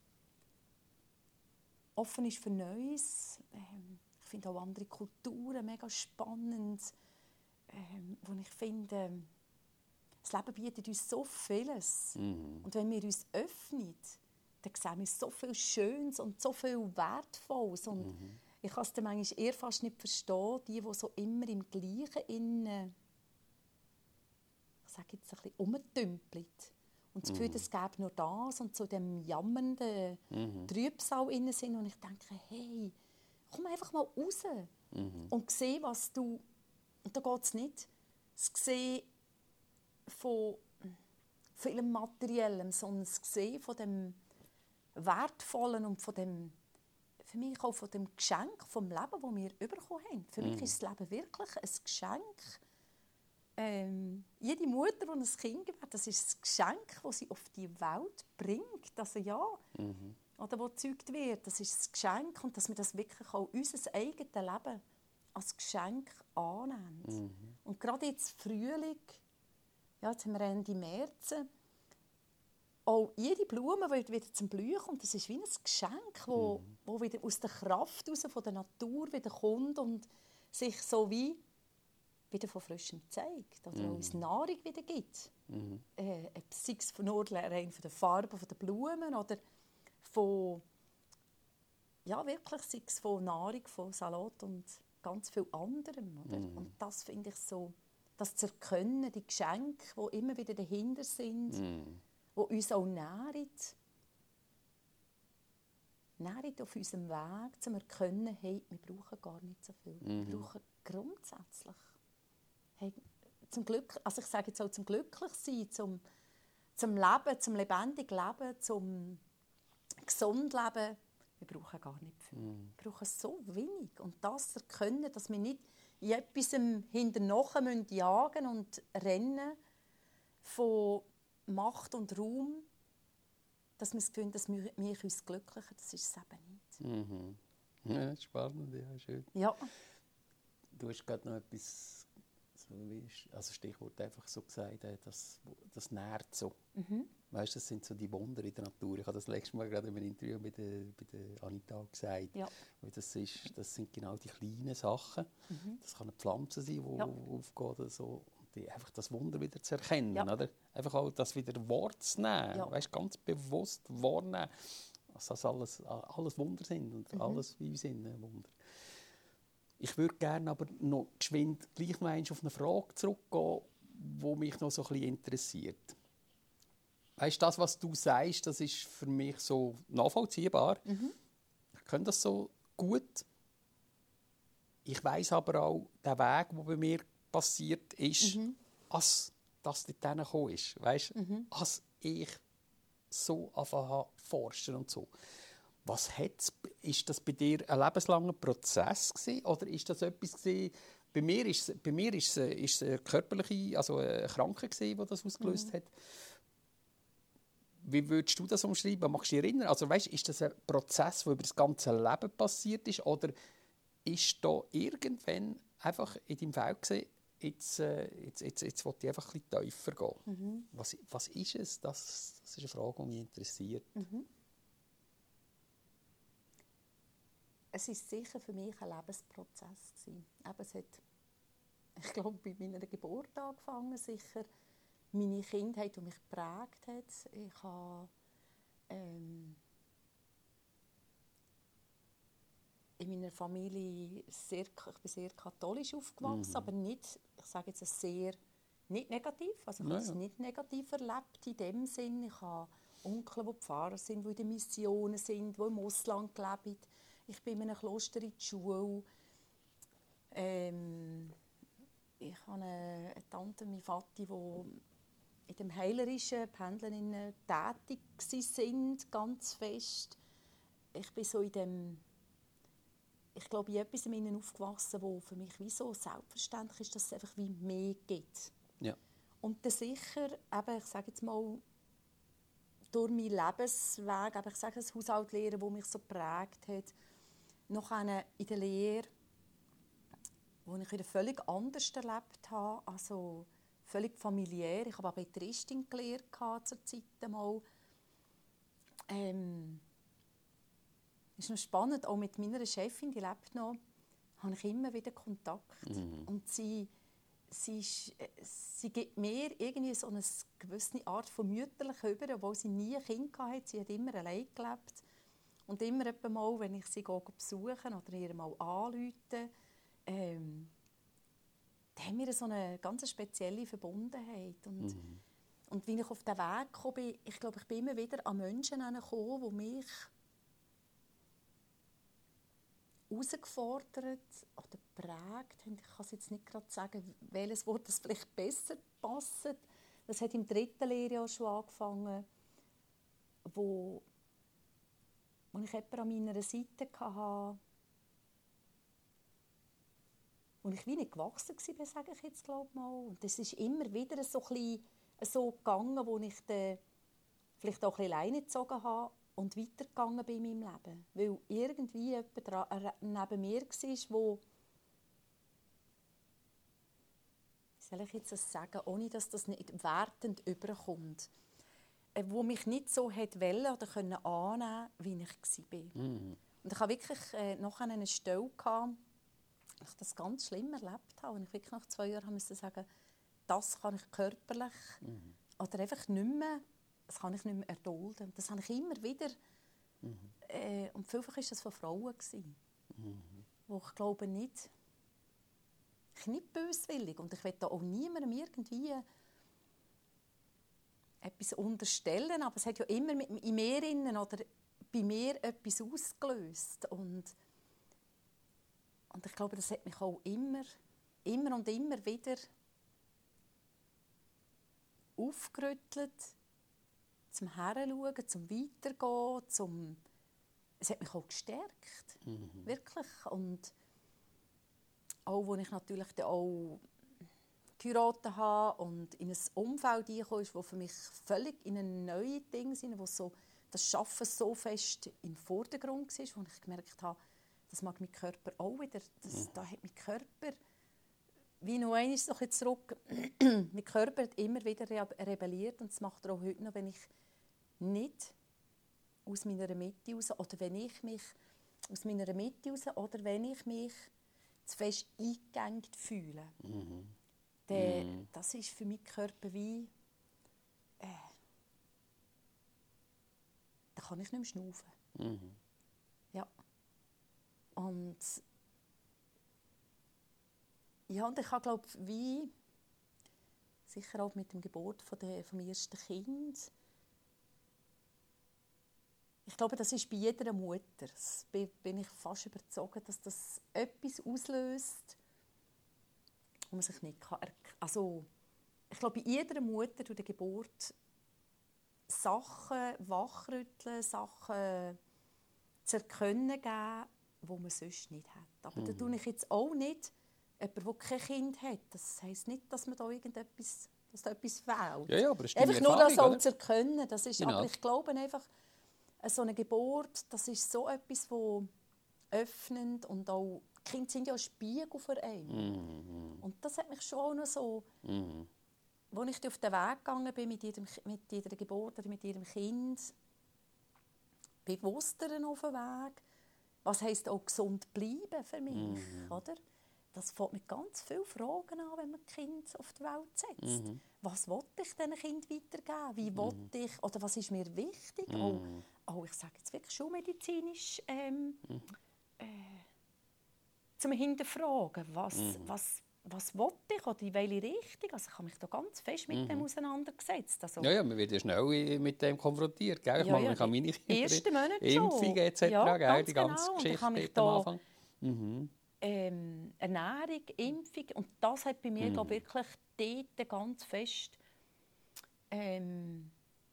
offen ist für Neues. Ähm, ich finde auch andere Kulturen mega spannend, ähm, wo ich finde, das Leben bietet uns so vieles. Mhm. Und wenn wir uns öffnen, dann sehen wir so viel Schönes und so viel Wertvolles. Und Mhm. ich kann es dann manchmal eher fast nicht verstehen, die, die so immer im Gleichen innen, ich sage jetzt ein bisschen, rumtümpeln. Und das Gefühl, Mhm. es gäbe nur das und so dem jammernden Mhm. Trübsal innen sind. Und ich denke, hey, komm einfach mal raus Mhm. und seh, was du... Und da geht es nicht, das Sehen von vielem Materiellem, sondern das Sehen von dem, Wertvollen und von dem, für mich auch von dem Geschenk vom Leben, das wir bekommen haben. Für mm. mich ist das Leben wirklich ein Geschenk. Ähm, jede Mutter, die ein Kind gibt, das ist ein Geschenk, das sie auf die Welt bringt. Also ja, mhm. oder wo gezeugt wird, das ist ein Geschenk und dass wir das wirklich auch unser eigenes Leben als Geschenk annehmen. Mhm. Und gerade jetzt Frühling, ja, jetzt haben wir Ende März, auch jede Blume, die wieder zum Blühen kommt, das ist wie ein Geschenk, das mhm. wo wieder aus der Kraft heraus, von der Natur wieder kommt und sich so wie wieder von Frischem zeigt oder mhm. uns Nahrung wieder gibt. Mhm. Äh, sei es nur rein von der Farbe von der Blumen oder von, ja, wirklich, sei es von Nahrung, von Salat und ganz viel anderem. Oder? Mhm. Und das finde ich so, das zu erkennen, die Geschenke, die immer wieder dahinter sind, mhm. die uns auch nähren, nähren auf unserem Weg, zum Erkennen, hey, wir brauchen gar nicht so viel. Mhm. Wir brauchen grundsätzlich Hey, zum Glück, also ich sage jetzt auch zum Glücklichsein, zum, zum Leben, zum lebendigen Leben, zum gesund Leben. Wir brauchen gar nicht viel. Mm. Wir brauchen so wenig. Und das erkennen, dass wir nicht in etwas hinterher jagen und rennen von Macht und Raum, dass wir das Gefühl haben, dass wir, wir uns glücklicher, das ist es eben nicht. Mhm. Ja, spannend, ja, schön. Ja. Du hast gerade noch etwas... Also Stichwort einfach so gesagt, das, das nährt so. Mhm. Weißt, das sind so die Wunder in der Natur. Ich habe das letzte Mal gerade in einem Interview bei der, bei der Anita gesagt. Ja. Das, ist, das sind genau die kleinen Sachen. Mhm. Das kann eine Pflanze sein, die ja. aufgeht oder so. Und die, einfach das Wunder wieder zu erkennen. Ja. Oder? Einfach auch das wieder wahrzunehmen. Ja. Weißt, ganz bewusst wahrnehmen. Dass das alles, alles Wunder sind und mhm. alles wie sind Wunder. Ich würde gerne aber noch geschwind gleich noch auf eine Frage zurückgehen, die mich noch so ein bisschen interessiert. Weißt du, das, was du sagst, das ist für mich so nachvollziehbar. Mhm. Ich kenne das so gut. Ich weiss aber auch, der Weg, der bei mir passiert ist, mhm. als das dorthin gekommen ist. Weißt, mhm. als ich so anfangen zu forschen und so. Was hat's, ist das bei dir ein lebenslanger Prozess gewesen, oder ist das etwas gewesen, bei mir ist bei mir ist es, ist es eine körperliche, also eine Krankheit gewesen, die das ausgelöst mhm. hat. Wie würdest du das umschreiben? Magst du dich erinnern? Also weißt, ist das ein Prozess, der über das ganze Leben passiert ist, oder ist da irgendwann einfach in deinem Feld gesehen, jetzt, äh, jetzt, jetzt, jetzt will ich einfach ein bisschen tiefer gehen? Mhm. Was, was ist es? Das, das ist eine Frage, die mich interessiert. Mhm. Es war sicher für mich ein Lebensprozess. Eben, es hat, ich glaube, bei meiner Geburt angefangen, sicher meine Kindheit, die mich geprägt hat. Ich, habe, ähm, in meiner Familie sehr, ich bin sehr katholisch aufgewachsen, mhm. aber nicht, ich sage jetzt sehr, nicht negativ. Also ich naja. habe es nicht negativ erlebt in dem Sinn. Ich habe Onkel, die Pfarrer sind, die in den Missionen sind, die im Ausland leben. Ich bin in einem Kloster in der Schule. Ähm, ich habe eine, eine Tante, meine Vati, die in dem heilerischen Pendlerinnen tätig sind, ganz fest. Ich bin so in dem, ich glaube, in etwas in ihnen aufgewachsen, wo für mich wie so selbstverständlich ist, dass es einfach wie mehr gibt. Ja. Und dann sicher, eben, ich sage jetzt mal, durch meinen Lebensweg, eben, ich sage das Haushaltlehre, das mich so geprägt hat, noch eine in der Lehre, wo ich wieder völlig anders erlebt habe, also völlig familiär. Ich habe auch Bettristin gelehrt zur Zeit einmal. Ähm, ist noch spannend, auch mit meiner Chefin, die lebt noch, habe ich immer wieder Kontakt. Mhm. Und sie, sie, sie gibt mir irgendwie so eine gewisse Art von mütterlich über, obwohl sie nie ein Kind hatte. Sie hat immer allein gelebt. Und immer mal, wenn ich sie besuche oder ihr mal anrufe, ähm, da haben wir so eine ganz spezielle Verbundenheit. Und, mhm. und wie ich auf den Weg gekommen bin, ich glaube, ich bin immer wieder an Menschen gekommen, die mich herausgefordert oder geprägt haben. Ich kann jetzt nicht gerade sagen, welches Wort das vielleicht besser passt. Das hat im dritten Lehrjahr schon angefangen, wo wo ich jemanden an meiner Seite hatte, wo ich wie nicht gewachsen war, sage ich jetzt, glaube ich mal. Und das ist immer wieder so, ein bisschen so gegangen, wo ich dann vielleicht auch ein bisschen alleine gezogen habe und weitergegangen bin in meinem Leben. Weil irgendwie jemand neben mir war, wo, wie soll ich jetzt das sagen, ohne dass das nicht wertend überkommt, wo mich nicht so wollte oder können annehmen, wie ich war. Mhm. Und ich hatte wirklich äh, nachher eine Stelle, gehabt, wo ich das ganz schlimm erlebt habe. Und ich wirklich nach zwei Jahren musste sagen, das kann ich körperlich Mhm. oder einfach nicht mehr, das kann ich nicht mehr erdulden. Das habe ich immer wieder. Mhm. Äh, und vielfach war das von Frauen, gewesen, Mhm. wo ich glaube nicht, ich bin nicht böswillig und ich will da auch niemandem irgendwie etwas unterstellen, aber es hat ja immer in mir innen oder bei mir etwas ausgelöst. Und, und ich glaube, das hat mich auch immer, immer und immer wieder aufgerüttelt, zum Heranschauen, zum Weitergehen, zum... Es hat mich auch gestärkt, Mhm. wirklich. Und auch, als ich natürlich dann auch geheiratet habe und in ein Umfeld reingekommen ist, das für mich völlig in ein neues Ding ist, wo so das Arbeiten so fest im Vordergrund war, wo ich gemerkt habe, das mag mein Körper auch wieder, das, Mhm. da hat mein Körper, wie noch einmal so ein bisschen zurück, mein Körper hat immer wieder rebelliert und das macht er auch heute noch, wenn ich nicht aus meiner Mitte raus, oder wenn ich mich aus meiner Mitte raus, oder wenn ich mich zu fest eingegangen fühle. Mhm. Der, Mhm. das ist für meinen Körper wie... Äh, da kann ich nicht mehr schnaufen. Mhm. Ja. Und... Ja, und ich habe, glaube wie... Sicher auch mit der Geburt von der, vom ersten Kind. Ich glaube, das ist bei jeder Mutter. Das bin ich fast überzeugt, dass das etwas auslöst, wo man sich nicht kann. Also, ich glaube, bei jeder Mutter durch die Geburt Sachen wachrütteln, Sachen zu erkennen geben, die man sonst nicht hat. Aber Mhm. da tue ich jetzt auch nicht jemand, der kein Kind hat. Das heisst nicht, dass man da irgendetwas, dass da etwas fehlt. Ja, ja, aber das ist einfach deine nur das Erfahrung, auch zu erkennen. Das ist, Genau. aber ich glaube einfach, so eine Geburt, das ist so etwas, das öffnend und auch, die Kinder sind ja ein Spiegel für einen. Mhm. Und das hat mich schon auch noch so, Mhm. als ich auf den Weg gegangen bin mit jedem, mit jeder Geburt oder mit jedem Kind, bewusster auf den Weg. Was heisst auch gesund bleiben für mich, Mhm. oder? Das fängt mit ganz vielen Fragen an, wenn man ein Kind auf die Welt setzt. Mhm. Was will ich diesen Kind weitergeben? Wie will Mhm. ich, oder was ist mir wichtig? Mhm. Auch, auch, ich sage jetzt wirklich schulmedizinisch ähm, Mhm. äh, zum Hinterfragen. Was, Mhm. was, was will ich oder in welche Richtung? Also ich habe mich da ganz fest mit Mhm. dem auseinandergesetzt. Also, Ja, ja, man wird ja schnell mit dem konfrontiert. Gell? Ich Ja, mag ja, mich an meine die ersten Monate Impfungen schon. et cetera. Ja, Gell? ganz Die ganze genau. Und ich habe mich Geschichte am da- Anfang. Mhm. ähm, Ernährung, Impfung. Und das hat bei mir Mhm. glaub, wirklich dort ganz fest ähm,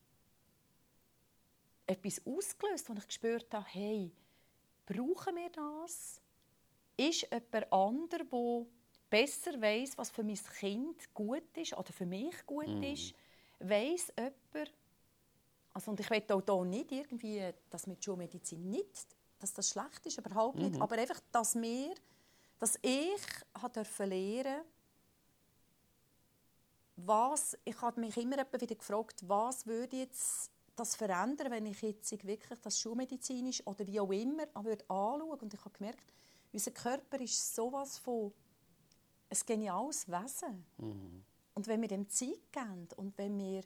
etwas ausgelöst, wo ich gespürt habe, hey, brauchen wir das? Ist jemand anderer, der besser weiss, was für mein Kind gut ist oder für mich gut Mhm. ist? Weiss jemand, also, und ich will auch hier nicht irgendwie, dass mit Schulmedizin nicht, dass das schlecht ist, überhaupt nicht, Mhm. aber einfach, dass wir, dass ich durfte lernen, was, ich habe mich immer wieder gefragt, was würde jetzt das verändern, wenn ich jetzt wirklich das schulmedizinisch oder wie auch immer würde anschauen. Und ich habe gemerkt, unser Körper ist sowas von ein geniales Wesen. Mhm. Und wenn wir dem Zeit geben und wenn wir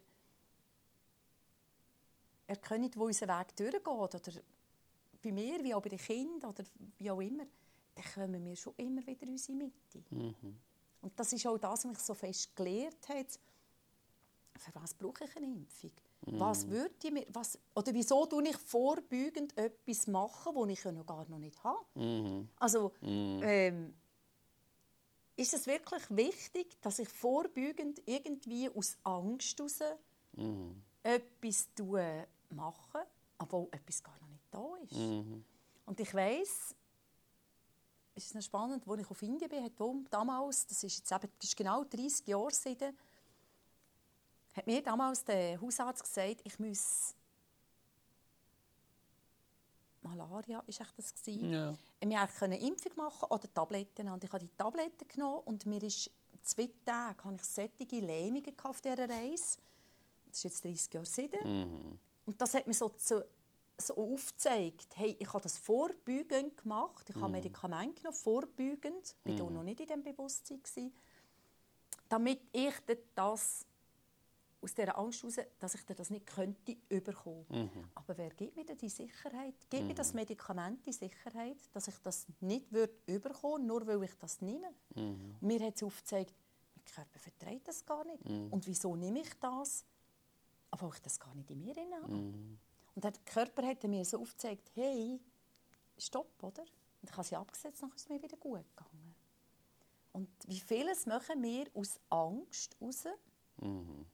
erkennen, wo unser Weg durchgeht, oder bei mir, wie auch bei den Kindern, oder wie auch immer, dann kommen wir schon immer wieder in unsere Mitte. Mhm. Und das ist auch das, was mich so fest gelehrt hat. Für was brauche ich eine Impfung? Mhm. Was würde mir, was, oder wieso tue ich vorbeugend etwas machen, das ich ja noch gar noch nicht habe? Mhm. Also, Mhm. ähm, ist es wirklich wichtig, dass ich vorbeugend irgendwie aus Angst heraus Mhm. etwas mache, obwohl etwas gar noch nicht da ist. Mhm. Und ich weiss, es ist noch spannend, als ich auf Indien bin, hat Tom damals, das ist jetzt eben, das ist genau dreissig Jahre seitdem, hat mir damals der Hausarzt gesagt, ich muss Malaria, ist echt das gewesen? Ja. Wir konnten Impfung machen oder Tabletten. Und ich habe die Tabletten genommen und mir ist zwei Tage hatte ich solche Lähmungen auf dieser Reise. Das ist jetzt dreissig Jahre seitdem. Mhm. Und das hat mir so, so, so aufgezeigt, hey, ich habe das vorbeugend gemacht, ich habe Medikamente genommen, vorbeugend, ich war Mhm. noch nicht in diesem Bewusstsein gewesen, damit ich das aus dieser Angst heraus, dass ich das nicht könnte, überkommen. Mhm. Aber wer gibt mir denn die Sicherheit? Gibt mhm. mir das Medikament die Sicherheit, dass ich das nicht würde überkommen, nur weil ich das nehme? Mhm. Und mir hat es aufgezeigt, mein Körper verträgt das gar nicht. Mhm. Und wieso nehme ich das, obwohl ich das gar nicht in mir habe? Mhm. Und der Körper hat mir so aufgezeigt, hey, stopp, oder? Und ich habe sie abgesetzt, dann ist es mir wieder gut gegangen. Und wie vieles machen wir aus Angst heraus? Mhm.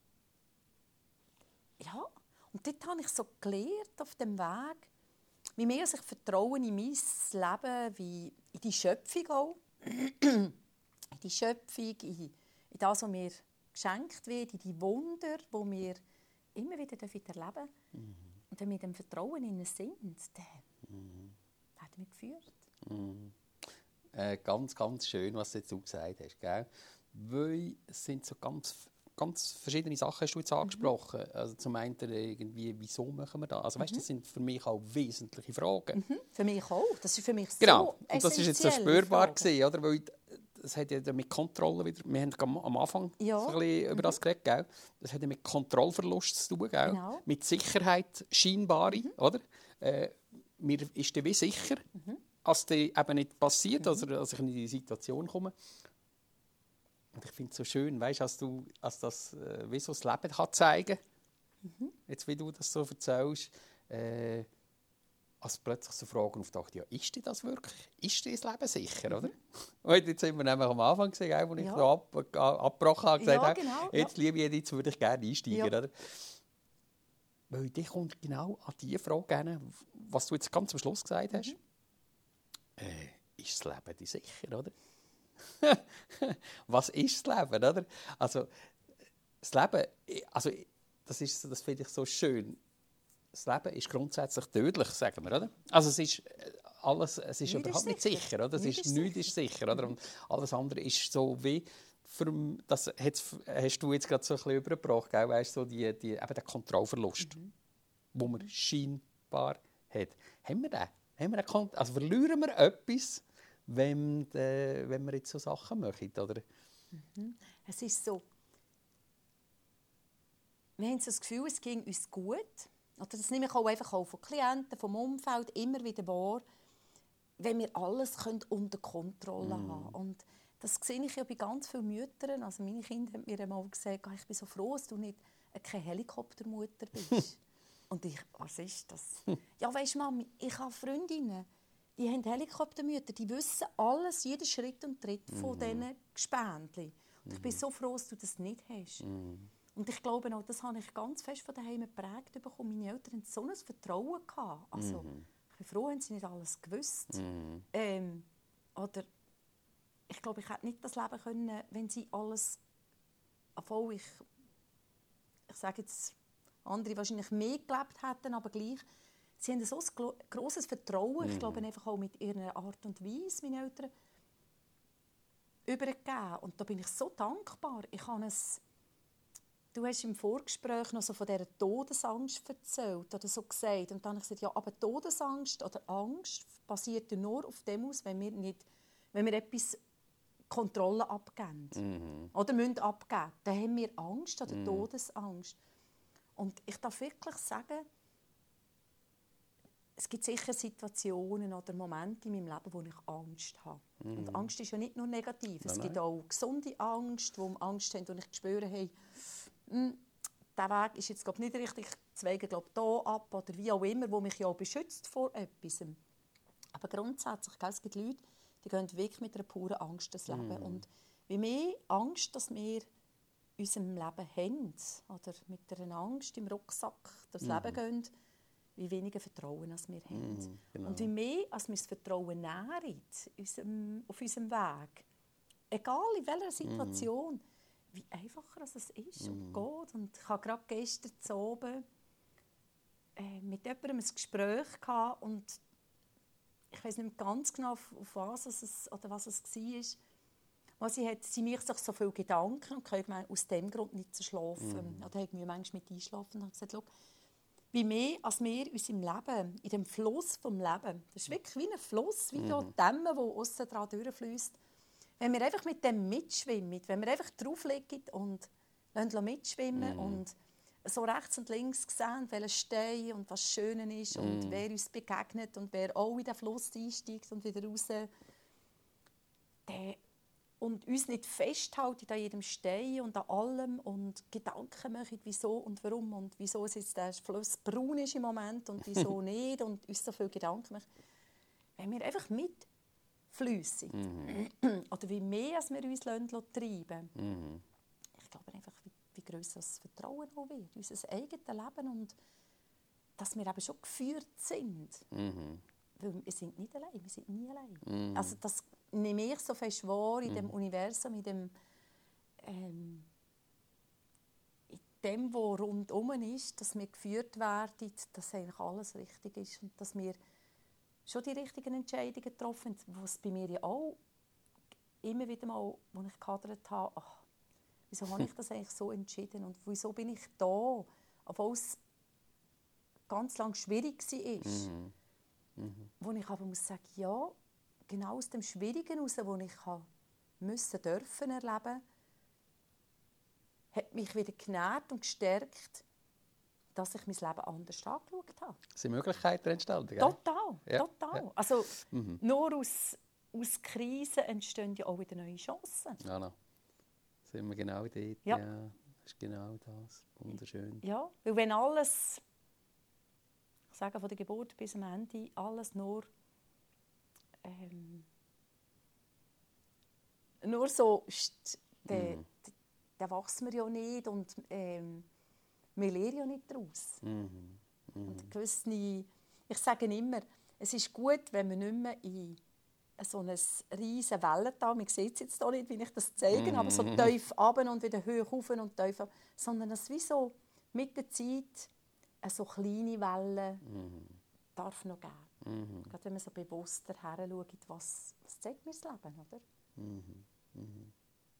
Ja, und dort habe ich so gelernt auf dem Weg, wie mehr ich vertraue in mein Leben, wie in die Schöpfung auch. In die Schöpfung, in, in das, was mir geschenkt wird, in die Wunder, die wir immer wieder erleben dürfen. Mhm. Und wenn wir dem Vertrauen in sind, dann mhm. werden wir geführt. Mhm. Äh, ganz, ganz schön, was du jetzt gesagt hast. Gell? Weil es sind so ganz, ganz verschiedene Sachen, hast du jetzt angesprochen. Mhm. Also zum einen irgendwie, wieso machen wir das? Also weißt, das sind für mich auch wesentliche Fragen. Mhm. Für mich auch. Das ist für mich genau. so Und das war jetzt so spürbar gewesen, oder? Weil das hat ja mit Kontrolle wieder, wir haben am Anfang ja. so ein bisschen über das geredet, gell? Das hat ja mit Kontrollverlust zu tun, gell? Genau. Mit Sicherheit scheinbare, mhm. oder? Äh, mir ist dann wie sicher, mhm. dass das eben nicht passiert, mhm. also dass ich in die Situation komme. Und ich finde es so schön, weißt, als du, als das, äh, wie so das Leben kann zeigen kann, mhm. jetzt wie du das so erzählst, äh, als plötzlich so Fragen auftaucht, ja, ist das wirklich, ist das Leben sicher, mhm. oder? Und jetzt sind wir nämlich am Anfang gesehen, als ich ja. so ab, ab, abgebrochen habe, gesagt, ja, genau, jetzt ja. liebe ich, jetzt würde ich gerne einsteigen, ja. oder? Weil dich kommt genau an die Frage hin, was du jetzt ganz am Schluss gesagt hast. Mhm. Äh, ist das Leben sicher, oder? Was ist das Leben, oder? Also, das Leben, also, das, ist, das finde ich so schön. Das Leben ist grundsätzlich tödlich, sagen wir, oder? Also es ist alles, es ist nichts überhaupt ist nicht sicher, oder? Es nichts ist, ist nichts ist sicher, oder? Und alles andere ist so wie, für, das hast du jetzt gerade so ein bisschen übergebracht, gell? Weißt, so die, die, eben der Kontrollverlust, mhm. wo man scheinbar hat. Haben wir den? Haben wir den? Also verlieren wir etwas, wenn, äh, wenn wir jetzt so Sachen machen, oder? Mhm. Es ist so, wir haben so das Gefühl, es ging uns gut. Oder das nehme ich auch einfach auch von Klienten, vom Umfeld immer wieder wahr, wenn wir alles unter Kontrolle mm. haben. Und das sehe ich ja bei ganz vielen Müttern. Also meine Kinder haben mir einmal gesagt, ich bin so froh, dass du nicht keine Helikoptermutter bist. Und ich, was ist das? Ja, weisst Mami, ich habe Freundinnen, die haben Helikoptermütter, die wissen alles, jeden Schritt und Tritt mm. von diesen Gespendli. Und mm. ich bin so froh, dass du das nicht hast. Mm. Und ich glaube auch, das habe ich ganz fest von daheim geprägt bekommen. Meine Eltern hatten so ein Vertrauen gehabt. Also, mm. ich bin froh, haben sie nicht alles gewusst. Mm. Ähm, oder ich glaube, ich hätte nicht das Leben können, wenn sie alles, obwohl ich, ich sage jetzt, andere wahrscheinlich mehr gelebt hätten, aber gleich, sie haben so ein grosses Vertrauen, mm. ich glaube einfach auch mit ihrer Art und Weise, meine Eltern, übergeben. Und da bin ich so dankbar. Ich habe es Du hast im Vorgespräch noch so von dieser Todesangst erzählt oder so gesagt. Und dann habe ich gesagt, ja, aber Todesangst oder Angst basiert ja nur auf dem aus, wenn wir, nicht, wenn wir etwas Kontrolle abgeben. Mhm. Oder müssen abgeben. Dann haben wir Angst oder mhm. Todesangst. Und ich darf wirklich sagen, es gibt sicher Situationen oder Momente in meinem Leben, wo ich Angst habe. Mhm. Und Angst ist ja nicht nur negativ. Nein, es gibt nein. auch gesunde Angst, wo wir Angst haben, wo ich spüre, hey, der Weg ist jetzt glaub, nicht richtig, zweige glaub, hier ab oder wie auch immer, wo mich ja auch beschützt vor etwas. Aber grundsätzlich, gell, es gibt Leute, die gehen wirklich mit einer puren Angst das Leben. Mm. Und wie mehr Angst, dass wir in unserem Leben haben, oder mit einer Angst im Rucksack das mm. Leben gehen, wie weniger Vertrauen als wir haben. Mhm, genau. Und wie mehr als wir das Vertrauen nähren unserem, auf unserem Weg, egal in welcher Situation, mhm. wie einfacher es ist mhm. und geht. Und ich hatte gerade gestern zu oben äh, mit jemandem ein Gespräch gehabt und ich weiß nicht mehr ganz genau, auf, auf was es oder was es war. Sie hat sie mich sich so viele Gedanken und ich meine, aus dem Grund nicht zu schlafen. Mhm. Oder habe ich mir manchmal mit einschlafen und habe gesagt, wie mehr als wir in unserem Leben, in dem Fluss des Lebens, das ist wirklich wie ein Fluss, wie mhm. die Dämme, die aussen dran durchfließt. Wenn wir einfach mit dem mitschwimmen, wenn wir einfach drauflegen und mitschwimmen mhm. und so rechts und links sehen, welcher Stein und was Schönes ist mhm. und wer uns begegnet und wer auch in den Fluss einsteigt und wieder raus, der, und uns nicht festhalten an jedem Stein und an allem und Gedanken machen, wieso und warum und wieso es jetzt der Fluss braun ist im Moment und wieso nicht und uns so viele Gedanken machen. Wenn wir einfach mitfliessen mhm. oder wie mehr als wir uns treiben lassen, mhm. ich glaube einfach, wie, wie grösser das Vertrauen auch wird, unser eigenes Leben und dass wir eben schon geführt sind. Mhm. Weil wir sind nicht allein, wir sind nie allein. Mhm. Also das nehme ich so fest wahr in dem mhm. Universum, in dem, ähm, in dem, was rundum ist, dass wir geführt werden, dass eigentlich alles richtig ist und dass wir schon die richtigen Entscheidungen getroffen haben, was bei mir ja auch immer wieder mal, als ich gehadert habe, ach, wieso habe ich das eigentlich so entschieden und wieso bin ich da, obwohl es ganz lang schwierig war. Mhm. Mhm. Wo ich aber muss sagen, ja, genau aus dem Schwierigen heraus, das ich musste, dürfen erleben, hat mich wieder genährt und gestärkt, dass ich mein Leben anders angeschaut habe. Sind Möglichkeiten entstanden? Gell? Total, ja. total. Ja. Also, mhm. nur aus, aus Krisen entstehen ja auch wieder neue Chancen. Ja, no. Sind wir genau dort. Ja. Ja, das ist genau das. Wunderschön. Ja, weil wenn alles, ich sage von der Geburt bis am Ende, alles nur Ähm, nur so, dann mm. da wachsen wir ja nicht und ähm, wir lernen ja nicht daraus. Mm. Mm. Und gewisse, ich sage immer, es ist gut, wenn man nicht mehr in so ein riesen Wellental, man sieht es jetzt hier nicht, wie ich das zeige, mm. aber so tief runter und wieder hoch rauf und tief runter, sondern es wie so mit der Zeit so kleine Wellen mm. darf noch geben. Mhm. Gerade wenn man so bewusster hinschaut, was, was zeigt mir das Leben, oder? Mhm. Mhm.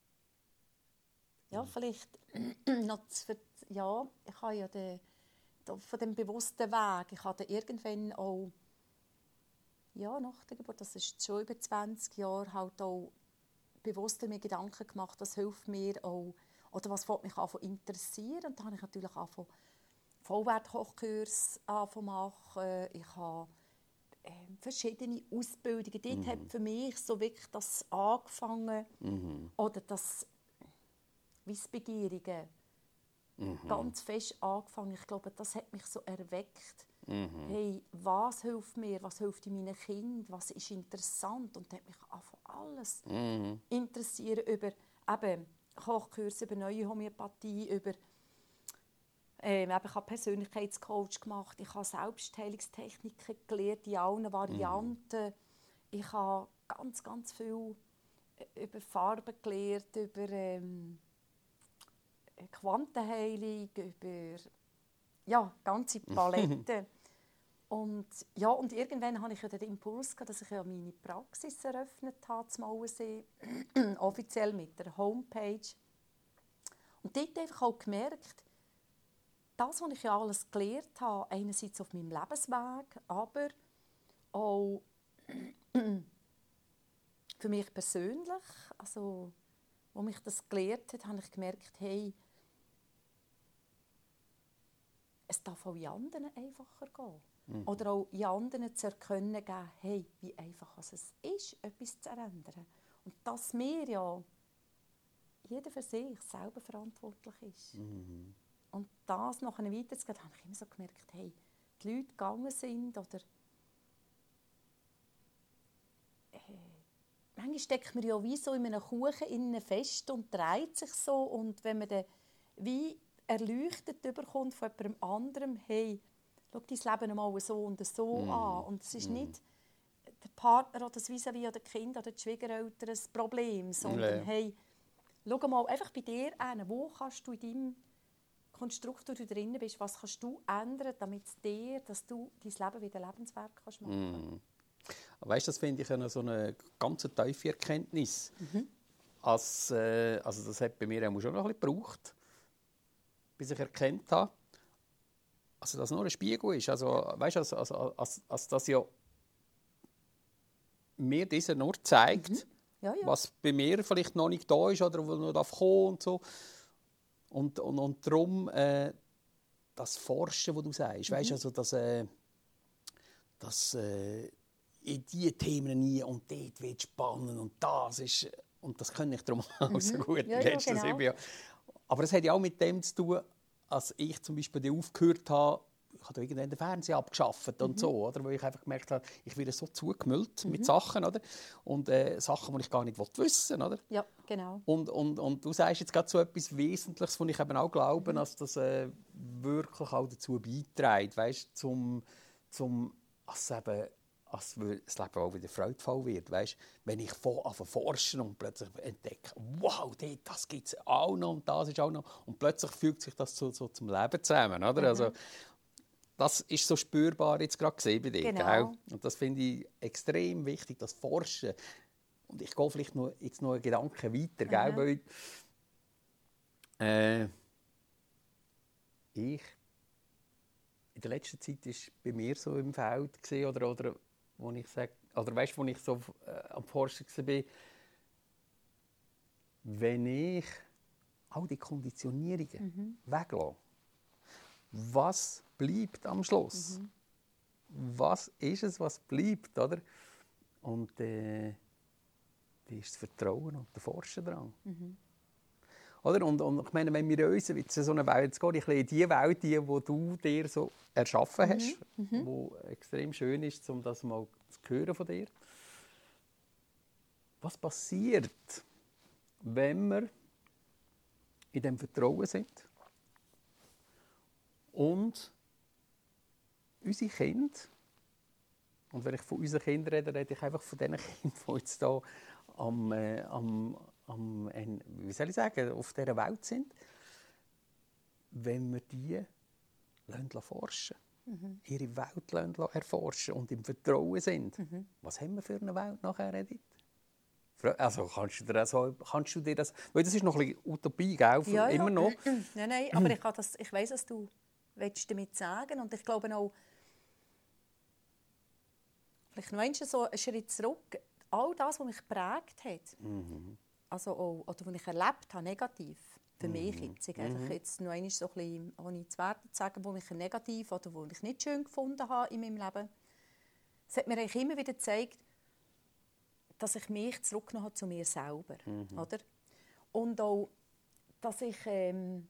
Ja, vielleicht noch zu, ja, ich habe ja den, von dem bewussten Weg, ich habe irgendwann auch, ja, nach der Geburt, das ist schon über zwanzig Jahre, halt auch bewusster mir Gedanken gemacht, was hilft mir auch, oder was fängt mich an zu interessieren. Und da habe ich natürlich angefangen, Vollwertkochkurs machen. Ich habe äh, verschiedene Ausbildungen. Dort mhm. hat für mich so wirklich das angefangen, mhm. oder das Wissbegierige mhm. ganz fest angefangen. Ich glaube, das hat mich so erweckt. Mhm. Hey, was hilft mir, was hilft meinen Kindern, was ist interessant? Und da hat mich angefangen, alles mhm. interessieren über eben Kochkurse, über neue Homöopathie, über Ähm, ich habe Persönlichkeitscoach gemacht, ich habe Selbstheilungstechniken gelernt in allen Varianten. Mhm. Ich habe ganz, ganz viel über Farben gelernt, über ähm, Quantenheilung, über ja, ganze Paletten. und, ja, und irgendwann hatte ich ja den Impuls, dass ich ja meine Praxis eröffnet habe zum Mauersee, offiziell mit der Homepage. Und dort einfach auch gemerkt, das, was ich ja alles gelernt habe, einerseits auf meinem Lebensweg, aber auch für mich persönlich, also, als mich das gelernt hat, habe ich gemerkt, hey, es darf auch in anderen einfacher gehen. Mhm. Oder auch in anderen zu erkennen geben, hey, wie einfach es ist, etwas zu ändern. Und dass mir ja jeder für sich selber verantwortlich ist. Mhm. Und das nachher weiterzugehen, habe ich immer so gemerkt, hey, die Leute gegangen sind oder äh, manchmal steckt man ja wie so in einem Kuchen innen fest und dreht sich so und wenn man dann wie erleuchtet überkommt von jemandem anderem, hey, schau dein Leben einmal so und so Mm. an. Und es ist Mm. nicht der Partner oder das Vis-à-vis oder die Kinder oder die Schwiegereltern das Problem, sondern Ja. hey, schau mal einfach bei dir an, wo kannst du in deinem Konstrukt, wo du drin bist, was kannst du ändern, damit es dir, dass du dein Leben wieder lebenswert kannst machen. Mm. Weißt du, das finde ich eine, so eine ganz tiefe Erkenntnis. Mhm. Als, äh, also das hat bei mir auch schon noch ein bisschen gebraucht, bis ich erkannt habe, also dass es nur ein Spiegel ist. Also, weißt du, als, als, als, als das ja mir dieser nur zeigt, Mhm. Ja, ja. was bei mir vielleicht noch nicht da ist oder wo noch kommen und so. Und, und, und darum äh, das Forschen, das du sagst, Mhm. weißt, also das, äh, das äh, in diese Themen nie und dort wird spannend und das ist, und das kann ich darum auch so gut Ja, die ja, letzten genau. sieben Jahre. Aber es hat ja auch mit dem zu tun, als ich zum Beispiel aufgehört habe, ich habe irgendwann den Fernseher abgeschafft und so, oder? Weil ich einfach gemerkt habe, ich werde so zugemüllt mit Sachen, oder? Und äh, Sachen, die ich gar nicht wissen will, oder? Ja, genau. Und, und, und du sagst jetzt gerade so etwas Wesentliches, von ich eben auch glaube, dass das äh, wirklich auch dazu beiträgt, weißt, zum, zum dass eben, dass das Leben auch wieder freudvoll wird, weißt, wenn ich anfange forschen und plötzlich entdecke, wow, das gibt es auch noch und das ist auch noch, und plötzlich fügt sich das so, so zum Leben zusammen, oder? Mhm. Also, das ist so spürbar jetzt gerade gesehen bei dir, Genau. gell? Und das finde ich extrem wichtig, das Forschen. Und ich gehe vielleicht noch, jetzt noch einen Gedanken weiter, gell? Mhm. Weil, äh, ich in der letzten Zeit war bei mir so im Feld gewesen, oder oder wo ich sag, oder weißt, wo ich so äh, am Forschen war, wenn ich all die Konditionierungen Mhm. weglasse, was bleibt am Schluss? Mhm. Was ist es, was bleibt, oder? Und äh, da ist das Vertrauen und der Forschendrang. Mhm. Oder? Und, und ich meine, wenn wir uns in so eine Welt gehen, ich in die Welt, die, die du dir so erschaffen hast, Mhm. die extrem schön ist, um das mal zu hören von dir. Was passiert, wenn wir in diesem Vertrauen sind und unsere Kinder, und wenn ich von unseren Kindern rede, rede ich einfach von den Kindern, die jetzt hier am, äh, am, am wie soll ich sagen, auf dieser Welt sind, wenn wir die lassen forschen, mhm. ihre Welt lassen erforschen und im Vertrauen sind. Mhm. Was haben wir für eine Welt nachher, Edith? Also kannst du dir das, kannst du dir das, weil das ist noch ein bisschen Utopie, gell? Ja, immer ja. noch. Nein, nein, aber ich, kann das, ich weiss, was du damit sagen willst. Und ich glaube auch, vielleicht noch einmal so einen Schritt zurück, all das, was mich geprägt hat, Mhm. also auch, oder was ich erlebt habe, negativ, für Mhm. mich jetzt, ich einfach Mhm. jetzt noch einmal so ein bisschen, ohne zu werten zu sagen, wo ich negativ oder wo ich nicht schön gefunden habe in meinem Leben, es hat mir eigentlich immer wieder gezeigt, dass ich mich zurückgenommen habe zu mir selber, Mhm. oder? Und auch, dass ich, ähm,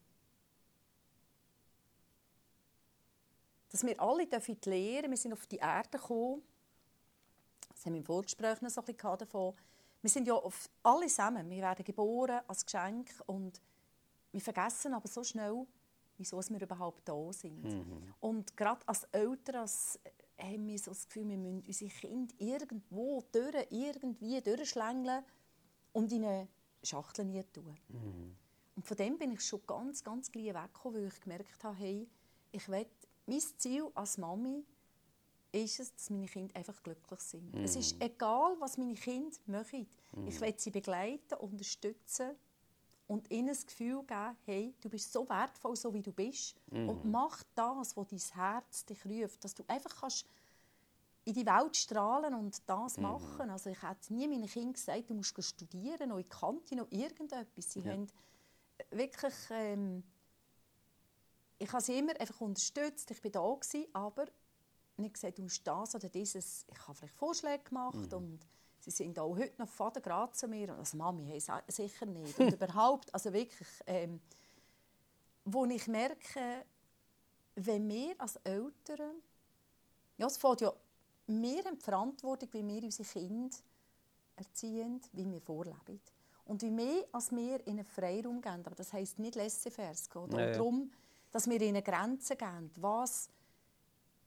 dass wir alle dürfen lernen, wir sind auf die Erde gekommen, das haben wir im Vorgespräch noch so ein bisschen davon, wir sind ja auf, alle zusammen, wir werden geboren als Geschenk und wir vergessen aber so schnell, wieso wir überhaupt da sind. Mhm. Und gerade als Eltern als, haben wir so das Gefühl, wir müssen unsere Kinder irgendwo durch, irgendwie durchschlängeln und in eine Schachtel nie tun. Mhm. Und von dem bin ich schon ganz, ganz gleich weggekommen, weil ich gemerkt habe, hey, ich will, mein Ziel als Mami ist es, dass meine Kinder einfach glücklich sind. Mhm. Es ist egal, was meine Kinder machen. Mhm. Ich will sie begleiten, unterstützen und ihnen das Gefühl geben, hey, du bist so wertvoll, so wie du bist. Mhm. Und mach das, was dein Herz dich ruft. Dass du einfach kannst in die Welt strahlen und das Mhm. machen. Also ich hätte nie meinen Kindern gesagt, du musst studieren, noch in Kante, noch irgendetwas. Sie Ja. haben wirklich... Ähm, ich habe sie immer einfach unterstützt, ich war da gewesen, aber nicht gesagt, du musst das oder dieses. Ich habe vielleicht Vorschläge gemacht mhm. und sie sind auch heute noch Vater gerade zu mir. Also Mami, hey, sicher nicht. Und überhaupt, also wirklich, ähm, wo ich merke, wenn wir als Eltern, ja, es fängt ja, wir haben die Verantwortung, wie wir unsere Kinder erziehen, wie wir vorleben. Und wie mehr als wir in einen Freiraum geben, aber das heisst nicht laissez-faire, oder? Ja, ja. Darum, dass wir ihnen Grenzen geben, was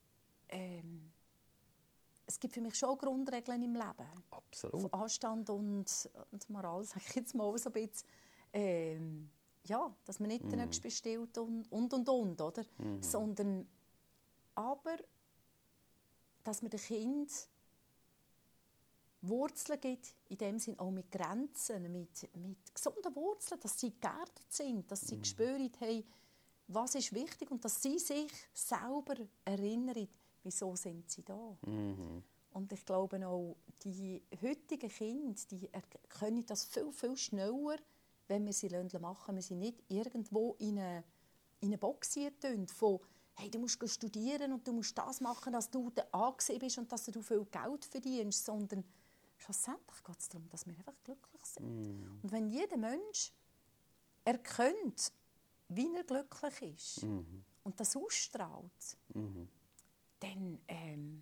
ähm, es gibt für mich schon Grundregeln im Leben. Absolut. Von Anstand und, und Moral, sage ich jetzt mal so ein bisschen. Ähm, ja, dass man nicht mm. den Nächsten bestellt und, und, und, und, oder? Mm. Sondern aber, dass man den Kind Wurzeln gibt, in dem Sinne auch mit Grenzen, mit, mit gesunden Wurzeln, dass sie geerdet sind, dass sie mm. spüren, hey, was ist wichtig und dass sie sich selber erinnern, wieso sind sie da. Mm. Und ich glaube auch, die heutigen Kinder, die können das viel, viel schneller, wenn wir sie machen lassen. Wir sind nicht irgendwo in eine, in eine Box tun, von hey, du musst studieren und du musst das machen, dass du angesehen bist und dass du viel Geld verdienst, sondern schlussendlich geht es darum, dass wir einfach glücklich sind. Mm. Und wenn jeder Mensch erkennt, wie er glücklich ist mm. und das ausstrahlt, mm. dann ähm,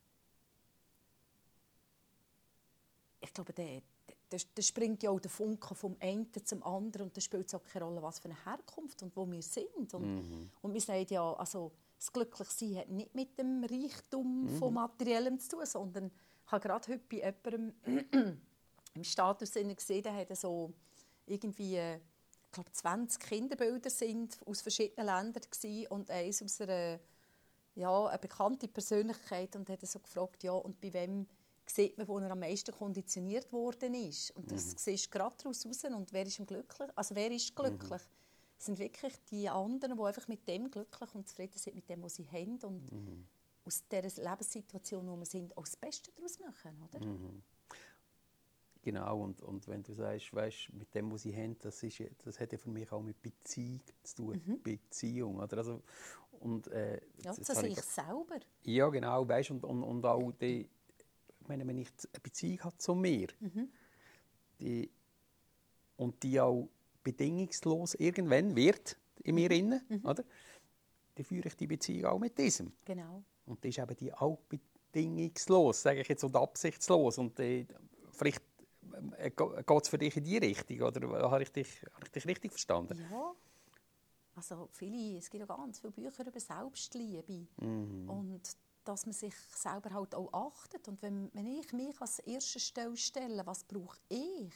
ich glaube, der Da springt ja auch der Funke vom einen zum anderen und da spielt es auch keine Rolle, was für eine Herkunft und wo wir sind. Und, mm. und wir sagen ja, also das Glücklichsein hat nicht mit dem Reichtum mm. von Materiellem zu tun, sondern ich habe gerade heute bei jemandem im Status gesehen, der hat so irgendwie, ich glaube, zwanzig Kinderbilder sind aus verschiedenen Ländern gewesen und eins aus einer, ja, eine bekannte Persönlichkeit und hat so gefragt, ja, und bei wem sieht man, wo er am meisten konditioniert worden ist. Und das mhm. siehst du gerade daraus raus. Und wer ist glücklich? Also wer ist glücklich? Mhm. Es sind wirklich die anderen, die einfach mit dem glücklich und zufrieden sind, mit dem, was sie haben. Und mhm. aus dieser Lebenssituation, wo wir sind, auch das Beste daraus machen. Oder? Mhm. Genau. Und, und wenn du sagst, weißt, mit dem, was sie haben, das, ist, das hat ja für mich auch mit Beziehung zu tun. Mhm. Beziehung. Oder? Also, und, äh, ja, das sehe ich selber. Ja, genau. Weißt, und, und, und auch die Ich meine, wenn ich eine Beziehung habe zu mir mhm. die, und die auch bedingungslos irgendwann wird in mir mhm. drin, oder? Dann führe ich die Beziehung auch mit diesem. Genau. Und dann ist eben die auch bedingungslos, sage ich jetzt, und absichtslos. Und äh, vielleicht äh, geht es für dich in die Richtung, oder habe ich dich, habe ich dich richtig verstanden? Ja. Also viele, es gibt ja ganz viele Bücher über Selbstliebe. Mhm. Und dass man sich selber halt auch achtet. Und wenn, wenn ich mich als erste Stelle stelle, was brauche ich,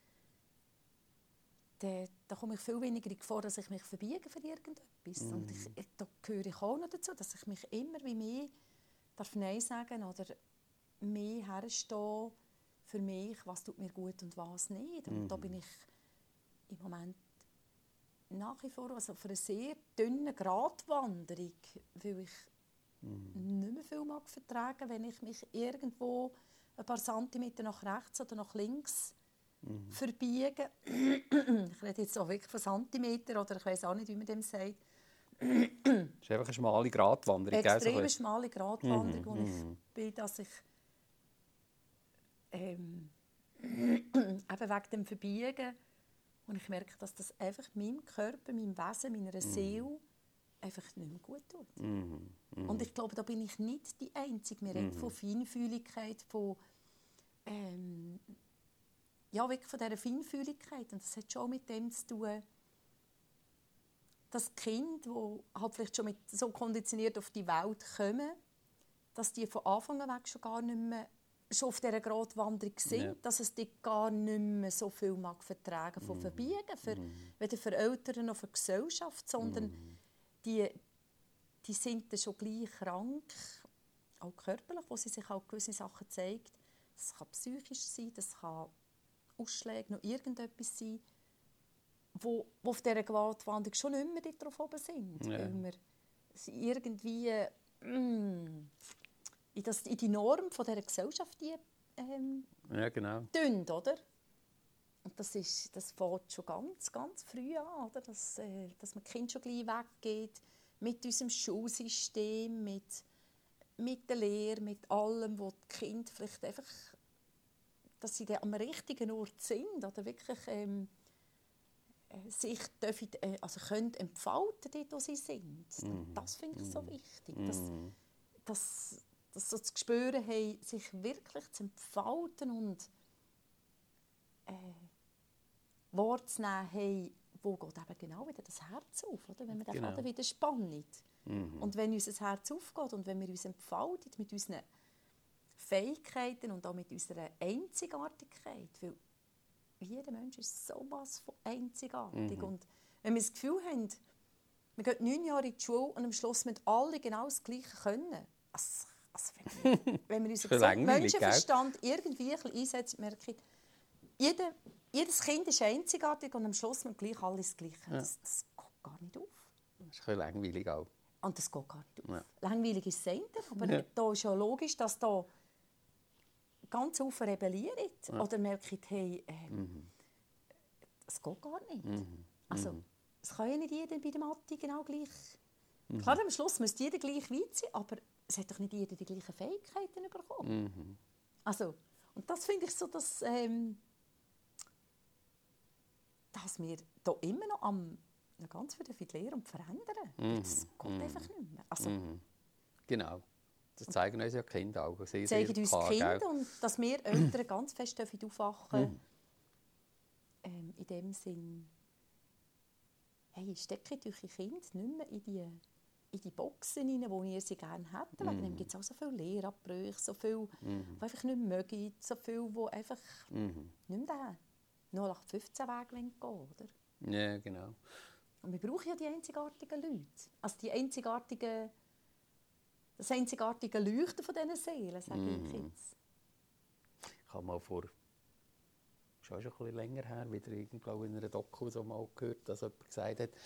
dann, dann komme ich viel weniger in die Gefahr, dass ich mich verbiege für irgendetwas. Mm. Und ich, ich, da gehöre ich auch noch dazu, dass ich mich immer wie mehr darf Nein sagen oder mehr herstehen für mich, was tut mir gut und was nicht. Und mm. da bin ich im Moment nach wie vor also für eine sehr dünne Gratwanderung, weil ich Mhm. nicht mehr viel mag vertragen, wenn ich mich irgendwo ein paar Zentimeter nach rechts oder nach links mhm. verbiege. Ich rede jetzt auch wirklich von Zentimeter oder ich weiß auch nicht, wie man dem sagt. Das ist einfach eine schmale Gratwanderung. Extrem schmale Gratwanderung, wo mhm. ich bin, dass ich ähm, eben wegen dem Verbiegen und ich merke, dass das einfach meinem Körper, meinem Wesen, meiner mhm. Seele einfach nicht mehr gut tut. Mhm. Mhm. Und ich glaube, da bin ich nicht die Einzige. Wir reden mhm. von Feinfühligkeit, von, ähm, ja, wirklich von dieser Feinfühligkeit. Und das hat schon mit dem zu tun, dass die Kinder, die halt vielleicht schon mit so konditioniert auf die Welt kommen, dass die von Anfang an weg schon gar nicht mehr schon auf dieser Gratwanderung sind, ja. dass es die gar nicht mehr so viel mag vertragen von mhm. Verbiegen, für, mhm. weder für Eltern noch für die Gesellschaft, sondern mhm. die, die sind dann schon gleich krank, auch körperlich, wo sie sich auch gewisse Sachen zeigt. Das kann psychisch sein, das kann Ausschläge, noch irgendetwas sein, wo, wo auf dieser Gratwanderung schon nicht mehr drauf oben sind. Ja. Weil wir irgendwie mm, in, das, in die Norm von dieser Gesellschaft die, ähm, ja, genau. tun, oder? Und das, ist, das fängt schon ganz, ganz früh an, oder? Dass, äh, dass man Kind schon gleich weggeht mit unserem Schulsystem, mit, mit der Lehre, mit allem, wo die Kinder vielleicht einfach, dass sie am richtigen Ort sind oder wirklich ähm, sich dürfen, äh, also können entfalten, dort, wo sie sind. Mm. Das finde ich mm. so wichtig, mm. dass, dass, dass so zu spüren haben, sich wirklich zu entfalten und äh, Worte zu nehmen, hey, wo geht eben genau wieder das Herz auf, oder? Wenn man den genau. Faden wieder spannt. Mhm. Und wenn unser Herz aufgeht und wenn wir uns entfalten mit unseren Fähigkeiten und auch mit unserer Einzigartigkeit, weil jeder Mensch ist so was von einzigartig. Mhm. Und wenn wir das Gefühl haben, wir gehen neun Jahre in die Schule und am Schluss müssen alle genau das Gleiche können. Also, also wenn, wir, wenn wir unseren gesunden Menschenverstand irgendwie ein bisschen einsetzen, merke ich, jeder, jedes Kind ist einzigartig und am Schluss müssen gleich alle das Gleiche. Ja. Das, das geht gar nicht auf. Das ist ein bisschen langweilig auch. Und das geht gar nicht auf. Ja. Langweilig ist das eine, aber Ja. da ist ja logisch, dass da ganz viele rebellieren Ja. oder merken, hey, äh, Mhm. das geht gar nicht. Mhm. Also, Mhm. es kann ja nicht jeder bei der Mathe genau gleich. Mhm. Klar, am Schluss müsste jeder gleich weit sein, aber es hat doch nicht jeder die gleichen Fähigkeiten bekommen. Mhm. Also, und das finde ich so, dass, ähm, dass wir da immer noch am noch ganz viel lernen und verändern. Mhm. Das geht Mhm. einfach nicht mehr. Also, Mhm. Genau. Das zeigen uns ja die Kinder auch sehr, zeigen sehr uns klar, die Kinder gell? und dass wir Eltern ganz fest dürfen aufwachen Mhm. ähm, in dem Sinn, hey, steckt eure Kinder nicht mehr in die, in die Boxen rein, wo ihr sie gerne hättet. Mhm. Wegen dem gibt es auch so viele Lehrabbrüche, so viele, Mhm. die einfach nicht mögen, so viele, die einfach Mhm. nicht mehr den null acht fünfzehn Weg gehen wollen, oder? Ja, genau. Und wir brauchen ja die einzigartigen Leute. Also die einzigartigen, das einzigartige Leuchten von diesen Seelen, sage Mhm. ich jetzt. Ich habe mal vor, schon schon ein bisschen länger her, wieder irgendwo in einer Doku so mal gehört, dass jemand gesagt hat,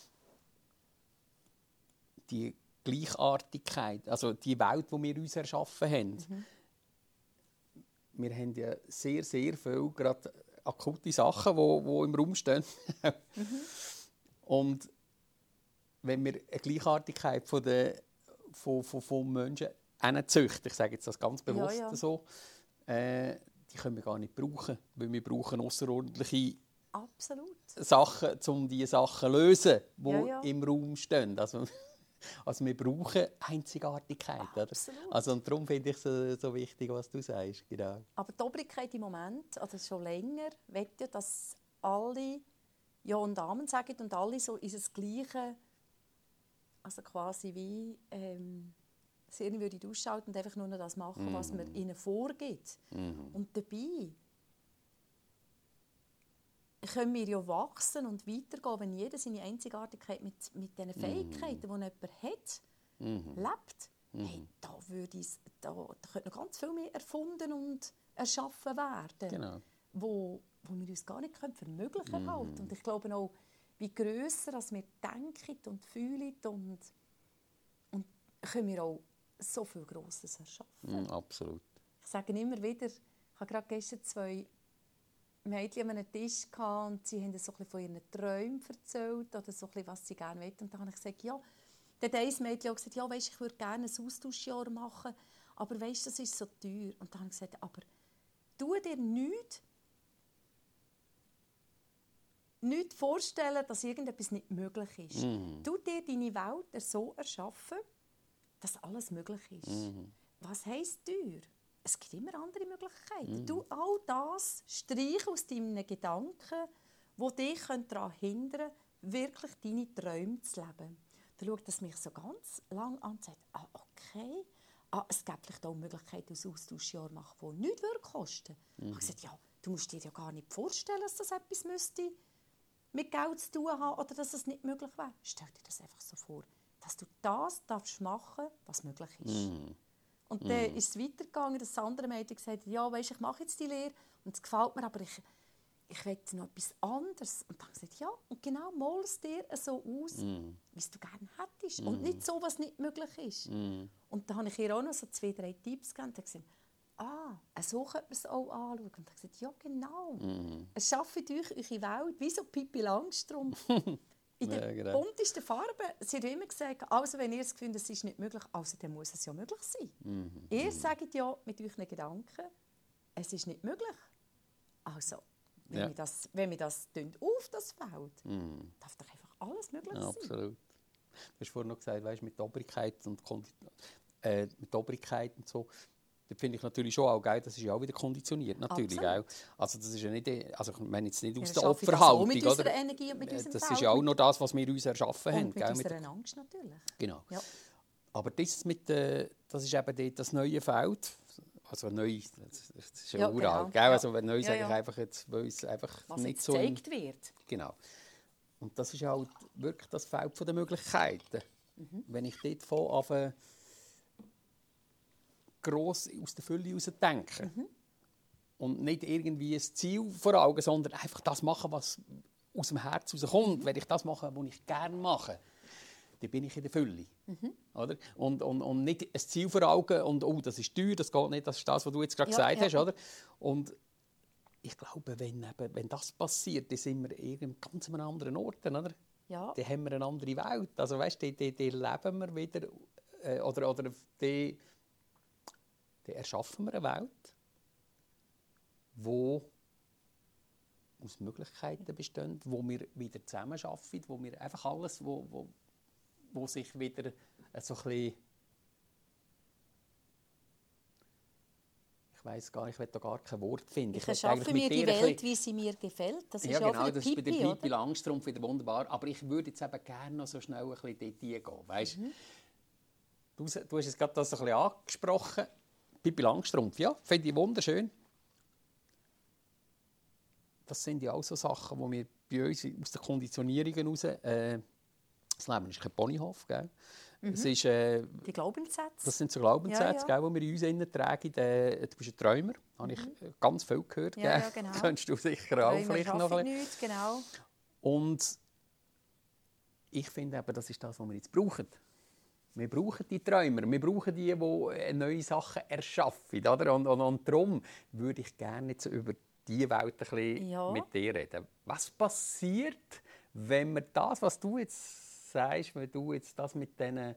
die Gleichartigkeit, also die Welt, die wir uns erschaffen haben, Mhm. wir haben ja sehr, sehr viele gerade akute Sachen, die, die im Raum stehen. Mhm. Und wenn wir eine Gleichartigkeit von der, von, von, von Menschen züchten, ich sage jetzt das ganz bewusst Ja, ja. so, äh, die können wir gar nicht brauchen, weil wir brauchen außerordentliche Absolut. Sachen, um diese Sachen zu lösen, die Ja, ja. im Raum stehen. Also, also wir brauchen Einzigartigkeit. Oder? Absolut. Also, und darum finde ich es so, so wichtig, was du sagst. Genau. Aber die Obrigkeit im Moment, also schon länger, will ja, dass alle Ja und Amen sagen und alle so in das Gleiche, also quasi wie ähm, sie irgendwie ausschalten und einfach nur noch das machen, Mhm. was man ihnen vorgibt. Mhm. Und dabei können wir ja wachsen und weitergehen, wenn jeder seine Einzigartigkeit mit, mit den Fähigkeiten, die jemand hat, Mhm. lebt. Mhm. Hey, da, würde ich, da, da könnte noch ganz viel mehr erfunden und erschaffen werden, Genau. wo, wo wir uns gar nicht vermöglichen Mhm. können. Und ich glaube auch, wie grösser als wir denken und fühlen, und, und können wir auch so viel Grosses erschaffen. Mhm, absolut. Ich sage immer wieder, ich habe gerade gestern zwei Mädchen an einem Tisch gehabt und sie haben so ein bisschen von ihren Träumen erzählt oder so ein bisschen, was sie gerne wollen. Und dann habe ich gesagt, ja, dann hat ein Mädchen auch gesagt, ja, weißt, ich würde gerne ein Austauschjahr machen, aber weißt, das ist so teuer. Und dann habe ich gesagt, aber tu dir nichts, nichts vorstellen, dass irgendetwas nicht möglich ist. Mhm. Tu dir deine Welt so erschaffen, dass alles möglich ist. Mhm. Was heisst teuer? Es gibt immer andere Möglichkeiten. Mhm. Du all das streich aus deinen Gedanken, die dich daran hindern können, wirklich deine Träume zu leben. Dann schaut es mich so ganz lang an und sagt, ah, okay, ah, es gibt vielleicht auch Möglichkeiten, ein Austauschjahr zu machen, die nichts kosten würde. Mhm. Ich habe gesagt, ja, du musst dir ja gar nicht vorstellen, dass das etwas müsste mit Geld zu tun haben oder dass es nicht möglich wäre. Stell dir das einfach so vor, dass du das darfst machen, was möglich ist. Mhm. Und dann Mhm. ist es weitergegangen, dass das andere Mädchen gesagt hat, ja, weißt, ich mache jetzt die Lehre und es gefällt mir, aber ich, ich will noch etwas anderes. Und dann habe ich gesagt, ja, und genau, mal es dir so aus, Mhm. wie es du gerne hättest. Und nicht so, was nicht möglich ist. Mhm. Und dann habe ich ihr auch noch so zwei, drei Tipps gegeben und habe gesagt, ah, so könnte man es auch anschauen. Und dann habe ich gesagt, ja, genau. Mhm. Erschafft euch eure Welt wie so Pippi Langstrumpf. In den Ja, genau. buntesten Farben. Sie haben immer gesagt, also wenn ihr das Gefühl habt, es ist nicht möglich, also dann muss es ja möglich sein. Mhm. Ihr sagt ja mit euren Gedanken, es ist nicht möglich. Also, wenn Ja. wir das, wenn wir das auf das Feld, Mhm. darf doch einfach alles möglich Ja, sein. absolut. Du hast vorhin noch gesagt, weißt, mit Obrigkeit und Kondi- äh, mit Obrigkeit und so. Das finde ich natürlich schon auch geil, das ist ja auch wieder konditioniert, natürlich. Absolut. Gell? Also das ist ja nicht, also ich meine jetzt nicht aus Wir der schaffen das Opferhaltung, auch mit unserer oder? Energie und mit unserem Das Feld, ist ja auch mit- nur das, was wir uns erschaffen haben. Und mit gell? Mit unserer der- Angst natürlich. Genau. Ja. Aber das, mit, äh, das ist eben dort das neue Feld. Also neu, das das ist ja, Ja, uralt. genau. Gell? Ja. Also wenn neu Ja, sage ich ja. einfach jetzt, weil es einfach Was nicht jetzt so... im- gezeigt wird. Genau. Und das ist halt wirklich das Feld der Möglichkeiten. Mhm. Wenn ich dort von anfange, gross aus der Fülle heraus denke Mhm. und nicht irgendwie ein Ziel vor Augen, sondern einfach das machen, was aus dem Herz herauskommt. Mhm. Wenn ich das mache, was ich gerne mache, dann bin ich in der Fülle. Mhm. Oder? Und, und, und nicht ein Ziel vor Augen und «oh, das ist teuer, das geht nicht», das ist das, was du jetzt gerade Ja, gesagt ja. hast. Oder? Und ich glaube, wenn, eben, wenn das passiert, dann sind wir in ganz einem anderen Ort. Oder? Ja. Dann haben wir eine andere Welt. Also weißt, die, die, die leben wir wieder, äh, oder, oder die, die erschaffen wir eine Welt, wo aus Möglichkeiten besteht, wo wir wieder zusammenarbeiten, wo wir einfach alles, wo, wo, wo sich wieder äh, so ein bisschen, ich weiss gar, ich will da gar kein Wort finden. Ich will erschaffe eigentlich mir mit die dir ein Welt, bisschen- wie sie mir gefällt. Das ist ja, auch genau, für das den ist bei der Pippi, Pippi oder? Langstrumpf wieder wunderbar. Aber ich würde jetzt eben gerne noch so schnell ein bisschen dort hingehen. Weißt? Mhm. Du, du hast jetzt gerade das ein bisschen angesprochen. Pippi Langstrumpf, ja, finde ich wunderschön. Das sind ja auch so Sachen, die wir bei uns aus den Konditionierungen heraus... Äh, das Leben ist kein Ponyhof, gell? Es ist, äh, Die Glaubenssätze. das sind so Glaubenssätze, Ja, ja. gell, die wir in uns innen tragen. Äh, du bist ein Träumer, habe ich äh, ganz viel gehört. Ja, gell? ja, genau. Könntest du sicher auch Träume vielleicht noch ein schaffen bisschen. nichts, genau. Und ich finde eben, das ist das, was wir jetzt brauchen. Wir brauchen die Träumer, wir brauchen die, die neue Sachen erschaffen. Oder? Und, und, und darum würde ich gerne jetzt über diese Welt ein bisschen Ja. mit dir reden. Was passiert, wenn wir das, was du jetzt sagst, wenn du jetzt das mit diesen, mit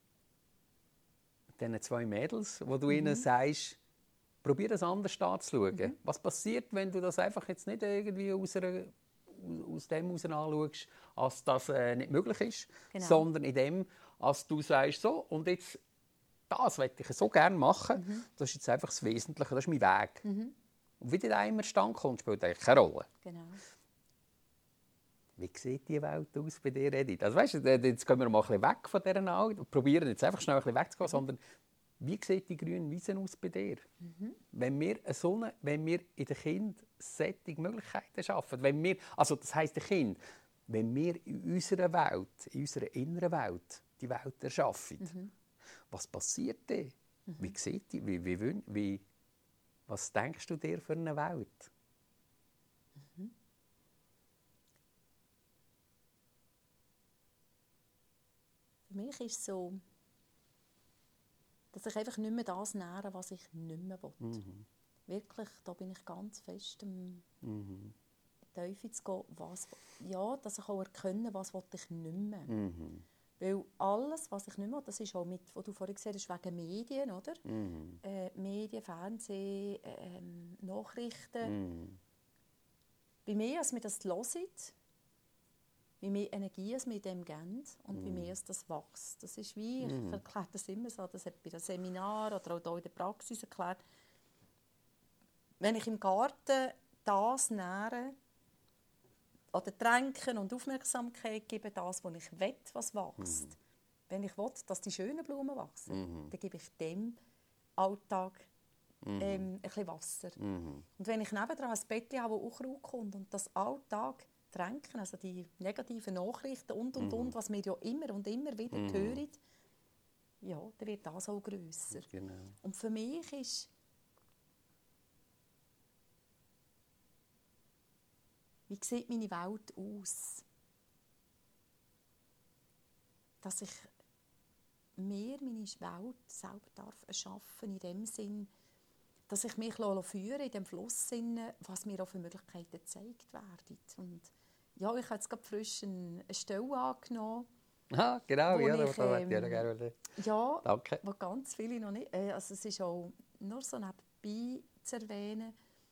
diesen zwei Mädels, wo du ihnen sagst, probier das anders anzuschauen. Mhm. Was passiert, wenn du das einfach jetzt nicht irgendwie aus, einer, aus dem heraus anschaust, als das äh, nicht möglich ist, Genau. sondern in dem, als du sagst, so, und jetzt, das möchte ich so gerne machen, Mhm. das ist jetzt einfach das Wesentliche, das ist mein Weg. Und wie du da immer stand kommt, spielt eigentlich keine Rolle. Genau. Wie sieht die Welt aus bei dir, Edith? Also, weißt du, jetzt gehen wir mal ein bisschen weg von dieser Augen und probieren jetzt einfach schnell ein bisschen wegzugehen, sondern wie sieht die grüne Wiese aus bei dir? Wenn wir eine Sonne, wenn wir in den Kindern solche Möglichkeiten schaffen, wenn wir, also das heisst den Kind, wenn wir in unserer Welt, in unserer inneren Welt, die Welt erschaffen, was passiert dann? Wie sieht die? Wie, wie, wie, wie, was denkst du dir für eine Welt? Für mich ist es so, dass ich einfach nicht mehr das nähere, was ich nicht mehr will. Mhm. Wirklich, da bin ich ganz fest im Mhm. Teufel zu gehen, was, ja, dass ich auch erkenne, was will ich nicht mehr. Mhm. Weil alles, was ich nicht mehr will, das ist auch mit, was du vorhin gesagt hast, wegen Medien, oder? Mhm. Äh, Medien, Fernsehen, ähm, Nachrichten. Mhm. Wie mehr als wir das hören, wie mehr Energie es mit dem geben und wie mehr es das wächst. Das ist wie, ich erkläre das immer so, das hat bei den Seminaren oder auch hier in der Praxis erklärt, wenn ich im Garten das nähere, oder Tränken und Aufmerksamkeit gebe, das, was ich will, was wächst. Wenn ich will, dass die schönen Blumen wachsen, dann gebe ich dem Alltag ähm, ein bisschen Wasser. Und wenn ich nebendran ein Bettchen habe, wo Unkraut kommt und das Alltag tränken, also die negativen Nachrichten und und und, was wir ja immer und immer wieder hören, ja, dann wird das auch grösser. Genau. Und für mich ist, wie sieht meine Welt aus? Dass ich mir meine Welt selber darf erschaffen, in dem Sinn, dass ich mich führe in dem Fluss, was mir auch für Möglichkeiten gezeigt werden. Und ja, ich habe jetzt gerade frisch eine Stelle angenommen. Ah, genau, Wo ja, ich, das wollte ich ähm, dir gerne. Ja, Danke. wo ganz viele noch nicht. Äh, also es ist auch nur so nebenbei zu erwähnen.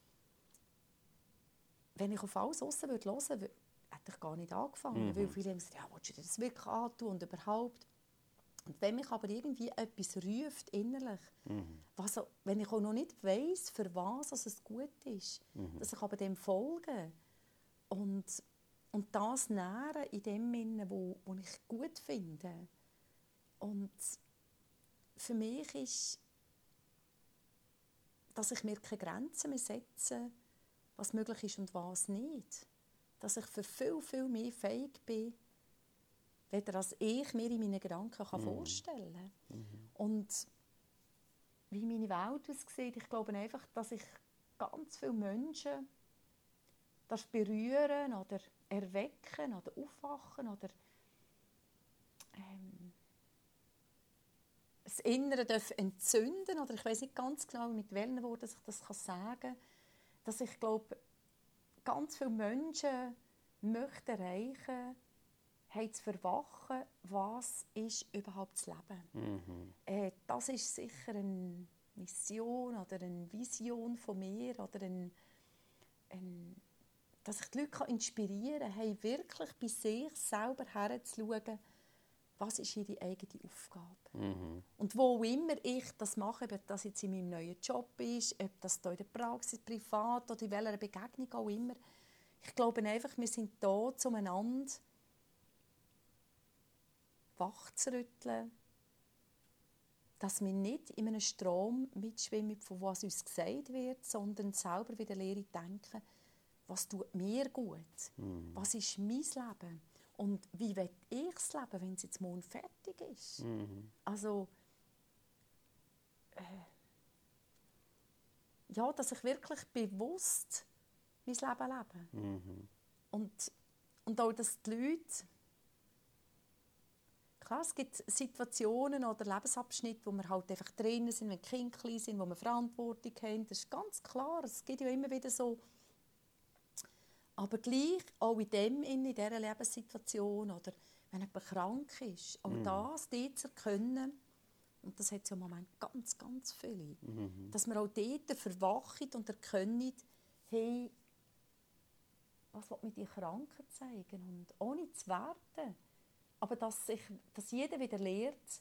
Wenn ich auf alles draussen hören würde, hätte ich gar nicht angefangen. Mhm. Weil viele haben gesagt, ja, willst du dir das wirklich antun und überhaupt. Und wenn mich aber irgendwie etwas ruft innerlich, Mhm. was, wenn ich auch noch nicht weiss, für was es gut ist, Mhm. dass ich aber dem folge und, und das nähren in dem Sinne, wo, wo ich gut finde. Und für mich ist, dass ich mir keine Grenzen mehr setze, was möglich ist und was nicht. Dass ich für viel, viel mehr fähig bin, weder als ich mir in meinen Gedanken kann Mhm. vorstellen kann. Mhm. Und wie meine Welt aussieht, ich glaube einfach, dass ich ganz viele Menschen das berühren oder erwecken oder aufwachen oder ähm, das Innere darf entzünden oder ich weiß nicht ganz genau, mit welchen Worten ich das sagen kann, dass ich glaube, ganz viele Menschen möchten erreichen, haben zu verwachen, was ist überhaupt das Leben. Mhm. Äh, das ist sicher eine Mission oder eine Vision von mir oder ein, ein, dass ich die Leute inspirieren kann, hey, wirklich bei sich selber herzuschauen, was ist ihre eigene Aufgabe. Mhm. Und wo immer ich das mache, ob das jetzt in meinem neuen Job ist, ob das hier in der Praxis, privat oder in welcher Begegnung auch immer, ich glaube einfach, wir sind da, zueinander wach zu rütteln, dass wir nicht in einem Strom mitschwimmen, von was uns gesagt wird, sondern selber wieder Lehre denken, was tut mir gut, Mhm. was ist mein Leben und wie will ich es leben, wenn es jetzt morgen fertig ist. Mhm. Also, äh, ja, dass ich wirklich bewusst mein Leben lebe. Mhm. Und, und auch, dass die Leute, klar, es gibt Situationen oder Lebensabschnitte, wo wir halt einfach drinnen sind, wenn die Kinder klein sind, wo wir Verantwortung haben. Das ist ganz klar, es gibt ja immer wieder so. Aber gleich, auch in, dem, in dieser Lebenssituation oder wenn jemand krank ist, auch Mhm. das, die zu erkennen, und das hat es ja im Moment ganz, ganz viele, Mhm. dass wir auch dort verwachen und erkennen, hey, was will mir die Kranken zeigen? Und ohne zu werten, aber dass, sich, dass jeder wieder lernt,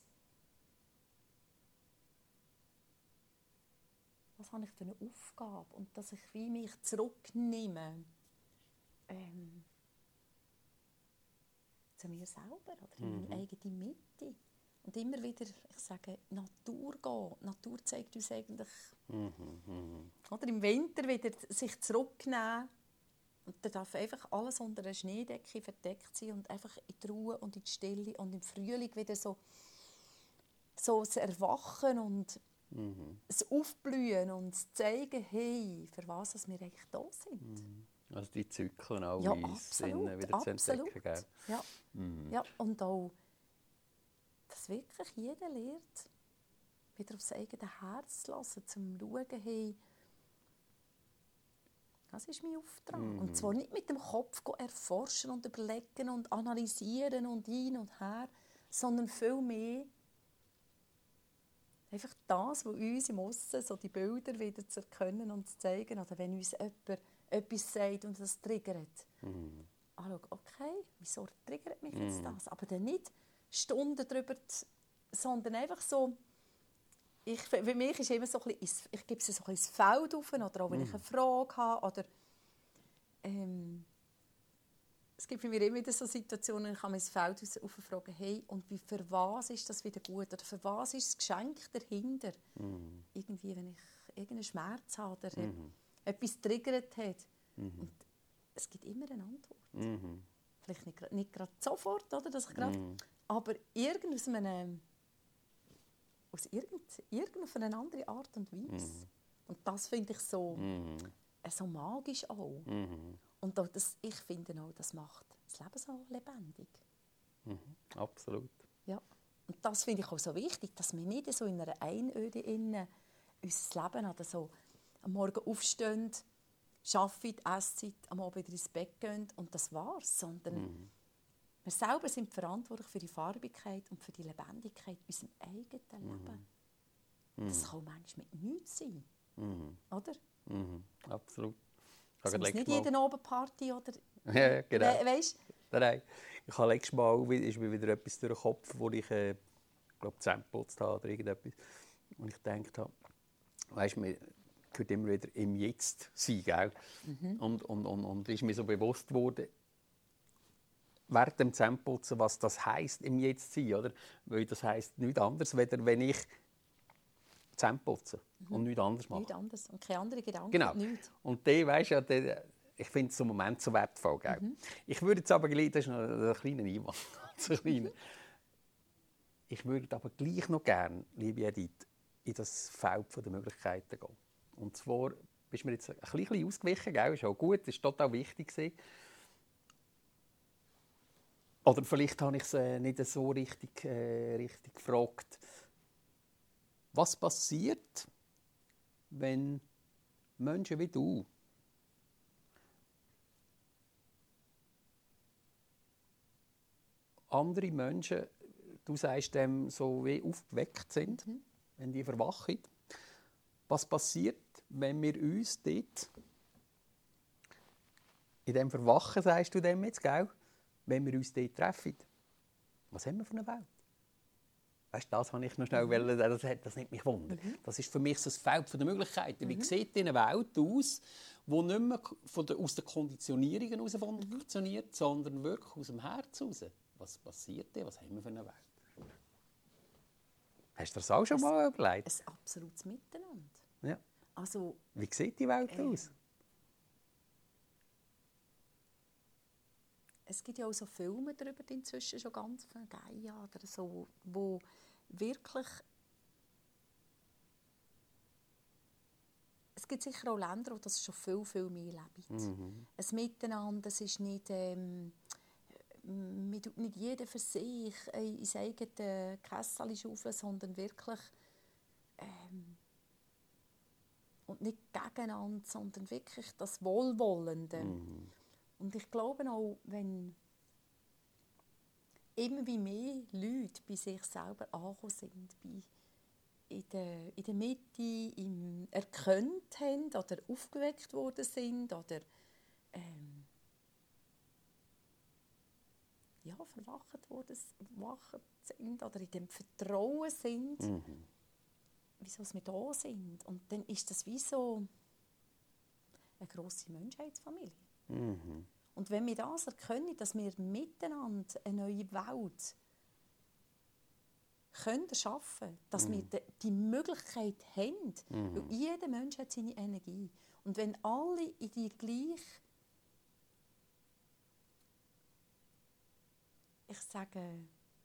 was habe ich für eine Aufgabe und dass ich wie mich zurücknehme ähm, zu mir selber oder in Mhm. meine eigene Mitte. Und immer wieder, ich sage, Natur gehen. Die Natur zeigt uns eigentlich, Mhm. Mhm. oder im Winter wieder sich zurücknehmen. Und dann darf einfach alles unter einer Schneedecke verdeckt sein und einfach in die Ruhe und in die Stille und im Frühling wieder so, so das Erwachen und Mhm. das Aufblühen und das Zeigen, hey, für was wir eigentlich da sind. Mhm. Also die Zyklen auch Ja, in uns absolut, innen wieder zu absolut. entdecken. Gell? Ja. Mhm. Ja, und auch, dass wirklich jeder lernt, wieder aufs eigene Herz zu lassen, zum zu schauen, hey, das ist mein Auftrag. Mhm. Und zwar nicht mit dem Kopf erforschen und überlegen und analysieren und hin und her, sondern viel mehr einfach das, was uns im Aussen, so die Bilder wieder zu erkennen und zu zeigen. Oder wenn uns jemand etwas sagt und das triggert. Mhm. Anschauen, okay, wieso triggert mich Mhm. jetzt das? Aber dann nicht Stunden darüber, zu, sondern einfach so, ich, für mich ist immer so ein bisschen, ich gebe es so ein bisschen ins Feld auf, oder auch wenn Mhm. ich eine Frage habe, oder ähm, es gibt für mich immer wieder so Situationen, ich kann mir ins Feld fragen, hey, und wie, für was ist das wieder gut? Oder für was ist das Geschenk dahinter? Mhm. Irgendwie, wenn ich irgendeinen Schmerz habe oder Mhm. etwas triggert hat. Mhm. Und es gibt immer eine Antwort. Mhm. Vielleicht nicht, nicht gerade sofort, oder, dass ich grad, Mhm. aber irgend aus einem, aus irgend, irgendeiner anderen Art und Weise. Mhm. Und das finde ich so, Mhm. äh, so magisch auch. Mhm. Und auch das, ich finde auch, das macht das Leben so lebendig. Mhm. Absolut. Ja. Und das finde ich auch so wichtig, dass wir nicht so in einer Einöde innen unser Leben oder so am Morgen aufstehen, arbeiten, essen, am Abend wieder ins Bett gehen und das war's. Sondern Mhm. wir selber sind verantwortlich für die Farbigkeit und für die Lebendigkeit in unserem eigenen Leben. Mhm. Das kann manchmal mit nichts sein, Mhm. oder? Mhm. Absolut. Ich Es habe muss letztes nicht Mal- jede Abendparty oder... Ja, ja, genau. We weißt? Nein, ich habe letztes Mal ist mir wieder etwas durch den Kopf, wo ich äh, glaube Zähne geputzt habe oder irgendetwas. Und ich gedacht habe, weißt, man gehört immer wieder im Jetzt sein, gell? Mhm. Und, und, und, und ist mir so bewusst geworden, während dem Zähneputzen, was das heisst, im Jetzt sein, oder? Weil das heisst nichts anderes, weder wenn ich Zähne putze mhm. und nichts anderes mache. Nichts anderes und keine anderen Gedanken, genau. nichts. Und die, weißt ja, die, ich finde es im Moment so wertvoll. Gell? Mhm. Ich würde jetzt aber gleich, das ist noch ein kleiner Einwand, so kleiner. Ich würde aber gleich noch gerne, liebe Edith, in das Feld der Möglichkeiten gehen. Und zwar bist du mir jetzt ein bisschen ausgewichen, gell? Ist auch gut, das war total wichtig. Oder vielleicht habe ich es äh, nicht so richtig, äh, richtig gefragt. Was passiert, wenn Menschen wie du andere Menschen, du sagst dem, so wie aufgeweckt sind, mhm. wenn die verwachen? Was passiert, wenn wir uns dort, in dem Verwachen sagst du dem jetzt, gell? Wenn wir uns dort treffen? Was haben wir für eine Welt? Weißt, das habe ich noch schnell, mhm. weil das, das nimmt mich Wunder. Mhm. Das ist für mich so das Feld der Möglichkeiten. Mhm. Wie sieht eine Welt aus, die nicht mehr von der, aus den Konditionierungen heraus funktioniert, mhm. sondern wirklich aus dem Herz heraus? Was passiert denn? Was haben wir für eine Welt? Hast du das auch schon ein, mal überlegt? Ein absolutes Miteinander. Ja. Also, wie sieht die Welt äh, aus? Es gibt ja auch so Filme darüber inzwischen schon ganz viele Gaia oder so, wo wirklich... Es gibt sicher auch Länder, wo das schon viel, viel mehr lebt. Mhm. Ein Miteinander, es ist nicht... Ähm, man tut nicht jeder für sich ins eigene Kessel schaufeln, sondern wirklich... Ähm, und nicht gegeneinander, sondern wirklich das Wohlwollende. Mhm. Und ich glaube auch, wenn immer wie mehr Leute bei sich selber angekommen sind, bei, in, der, in der Mitte im erkannt haben oder aufgeweckt worden sind oder ähm, ja, verwacht worden sind oder in dem Vertrauen sind, mhm. wieso wir da sind. Und dann ist das wie so eine grosse Menschheitsfamilie. Mhm. Und wenn wir das erkennen, dass wir miteinander eine neue Welt können schaffen, dass mhm. wir die Möglichkeit haben, mhm. weil jeder Mensch hat seine Energie. Und wenn alle in die gleiche, ich sage,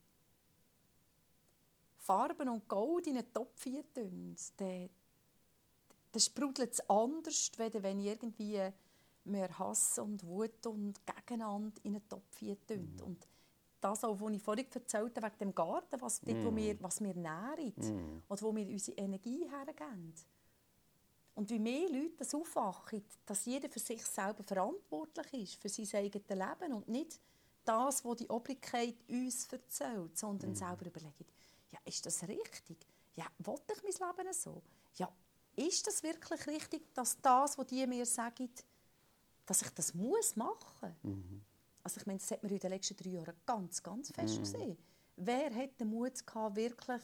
Farben und Gold in einen Topf tun, dann, dann sprudelt es anders, als wenn irgendwie mehr Hass und Wut und Gegeneinander in einen Topf tun. Mm. Und das auch, was ich vorhin erzählt habe, wegen dem Garten, was, dort, wo wir, was wir nähren mm. und wo wir unsere Energie hergeben. Und wie mehr Leute das aufwachen, dass jeder für sich selber verantwortlich ist, für sein eigenes Leben und nicht das, was die Obrigkeit uns erzählt, sondern mm. selber überlegen, ja, ist das richtig? Ja, will ich mein Leben so? Ja, ist das wirklich richtig, dass das, was die mir sagen, dass ich das muss machen muss? Mhm. Also ich meine, das hat man in den letzten drei Jahren ganz, ganz fest mhm. gesehen. Wer hat den Mut gehabt, wirklich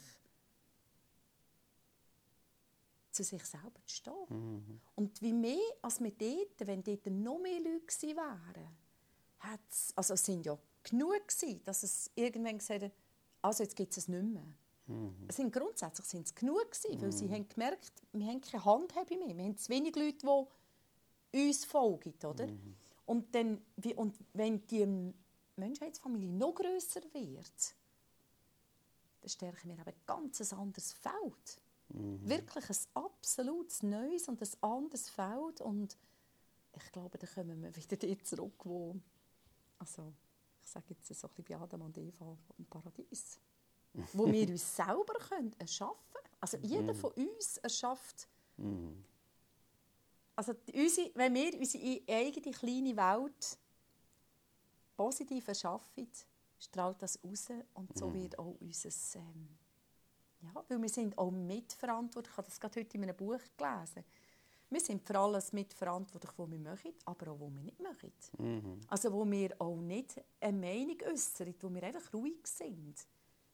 zu sich selber zu stehen? Mhm. Und wie mehr als wir dort, wenn dort noch mehr Leute gewesen wären, hat's, also es sind ja genug gewesen, dass es irgendwann gesagt hat, also jetzt gibt es es nicht mehr. Mhm. Es sind grundsätzlich sind es genug gewesen, weil mhm. sie haben gemerkt, wir haben keine Handhabe mehr. Wir haben zu wenig Leute, die uns folgen, oder? Mhm. Und, dann, wie, und wenn die Menschheitsfamilie noch grösser wird, dann stärken wir aber ein ganz anderes Feld. Mhm. Wirklich ein absolut neues und ein anderes Feld. Und ich glaube, da kommen wir wieder dort zurück, wo, also, ich sage jetzt so ein bisschen bei Adam und Eva im Paradies, wo wir uns selber können erschaffen können. Also jeder mhm. von uns erschafft mhm. Also unsere, wenn wir unsere eigene kleine Welt positiv erschaffen, strahlt das raus und so wird auch unser... Ähm, ja, weil wir sind auch mitverantwortlich. Ich habe das gerade heute in einem Buch gelesen. Wir sind für alles mitverantwortlich, was wir machen, aber auch, was wir nicht machen. Mhm. Also wo wir auch nicht eine Meinung äußern, wo wir einfach ruhig sind.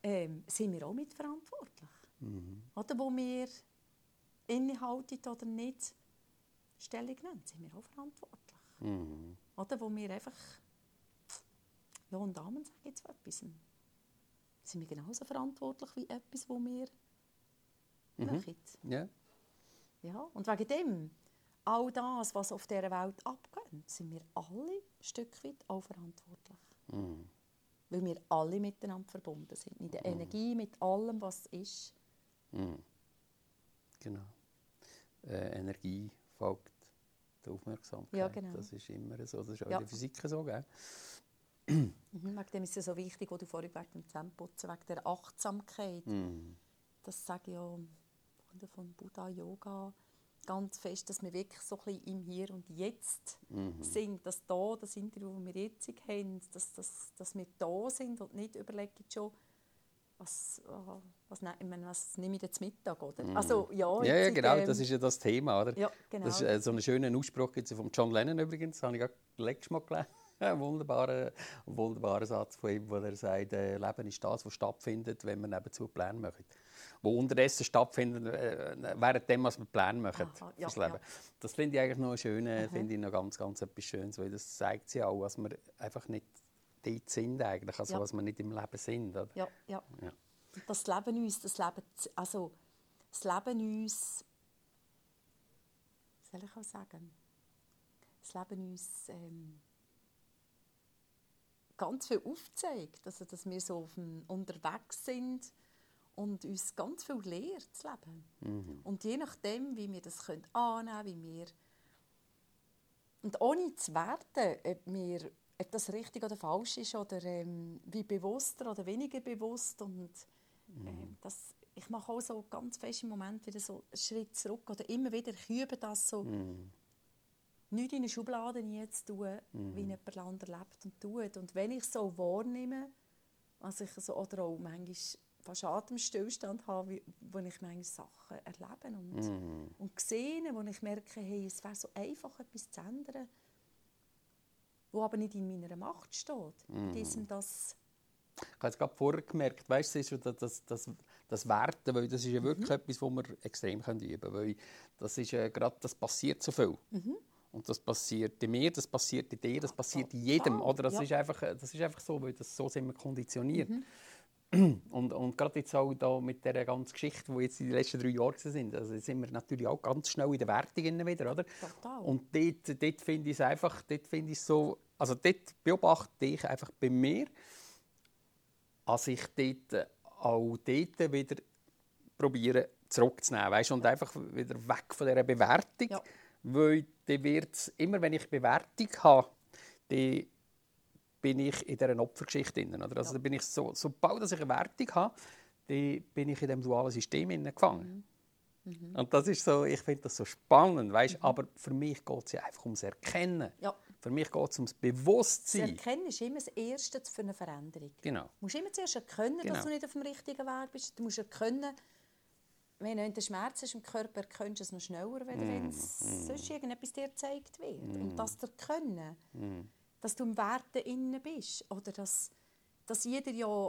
ähm, sind wir auch mitverantwortlich. Mhm. Oder wo wir innehalten oder nicht Stellung nehmen, sind wir auch verantwortlich. Mhm. Oder wo wir einfach Ja und Amen sagen jetzt etwas. Sind wir genauso verantwortlich wie etwas, wo wir Mhm. machen. Ja. Ja, und wegen dem, all das, was auf dieser Welt abgeht, sind wir alle ein Stück weit auch verantwortlich. Mhm. Weil wir alle miteinander verbunden sind. Mit der Mhm. Energie, mit allem, was ist. Mhm. Genau. Äh, Energie folgt der Aufmerksamkeit. Ja, genau. Das ist immer so. Das ist auch Ja. in der Physik so, gell? Mhm, wegen dem ist es so wichtig, was du vorhin wegen dem Zähneputzen, wegen der Achtsamkeit. Mhm. Das sage ich ja von Buddha Yoga ganz fest, dass wir wirklich so ein bisschen im Hier und Jetzt Mhm. sind. Dass da, das Interview, das wir jetzt haben, dass, dass, dass wir da sind und nicht überlegen schon, was, äh, was, ne, ich meine, was nehme ich jetzt Mittag, oder? Mhm. Also, ja, Ja, ja, jetzt, genau, ähm, das ist ja das Thema, oder? Ja, genau. Das ist äh, so einen schönen Ausspruch gibt's ja von John Lennon übrigens, das habe ich gerade letztes Mal gelesen. Ein wunderbarer, wunderbarer Satz von ihm, wo er sagt, äh, Leben ist das, was stattfindet, wenn wir nebenzu Pläne machen. Wo unterdessen stattfindet, äh, währenddem, was wir Pläne machen Aha, ja, fürs Leben. ja. Das finde ich eigentlich noch schön, finde ich noch ganz, ganz etwas Schönes, weil das zeigt ja auch, was wir einfach nicht dort sind eigentlich, also Ja. was wir nicht im Leben sind. Oder? Ja, ja. Ja. Und das Leben uns, das Leben, also das Leben uns, was soll ich auch sagen, das Leben uns ähm, ganz viel aufzeigt, also dass wir so auf dem, unterwegs sind und uns ganz viel lehrt, das Leben. Mhm. Und je nachdem, wie wir das können annehmen können, wie wir und ohne zu werten, ob, wir, ob das richtig oder falsch ist oder ähm, wie bewusster oder weniger bewusst und ähm, das, ich mache auch so ganz fest im Moment wieder so einen Schritt zurück oder immer wieder, ich übe das so, Mhm. nicht in eine Schublade zu tun, Mhm. wie jemand anderes lebt und tut. Und wenn ich es so wahrnehme, also ich so, oder auch manchmal fast Atemstillstand habe, wie- wo ich manchmal Sachen erlebe und, Mhm. und sehe, wo ich merke, hey, es wäre so einfach, etwas zu ändern, wo aber nicht in meiner Macht steht. In diesem, das, Ich habe es gerade vorher gemerkt, weißt du, das, ist ja das, das, das Werten, weil das ist ja wirklich etwas, was wir extrem üben können. Weil das ist ja gerade, das passiert so viel. Und das passiert in mir, das passiert in dir, das passiert in jedem. Total, Oder? Das, ja. ist einfach, das ist einfach so, weil das, so sind wir konditioniert. Und, und gerade jetzt auch da mit dieser ganzen Geschichte, die jetzt in den letzten drei Jahren sind, also sind wir natürlich auch ganz schnell in der Wertung wieder, oder? Total. Und dort, dort finde ich es einfach, dort finde ich es so, also dort beobachte ich einfach bei mir, als ich dort auch dort wieder probiere zurückzunehmen, weißt? Und einfach wieder weg von dieser Bewertung, Ja. weil dann wird's, immer wenn ich Bewertung habe, dann bin ich in dieser Opfergeschichte drin, oder? Also Ja. da bin ich so, sobald ich eine Wertung habe, dann bin ich in diesem dualen System gefangen. Mhm. Und das ist so, ich finde das so spannend, weißt? Aber für mich geht es ja einfach ums Erkennen. Ja. Für mich geht es ums Das Bewusstsein. Erkennen ist immer das Erste für eine Veränderung. Genau. Du musst immer zuerst erkennen, Genau. dass du nicht auf dem richtigen Weg bist. Du musst erkennen, wenn der Schmerz ist im Körper, erkennst du es noch schneller, als wenn es sonst irgendetwas dir gezeigt wird. Und das zu erkennen, dass du im Werten innen bist. Oder dass, dass jeder ja,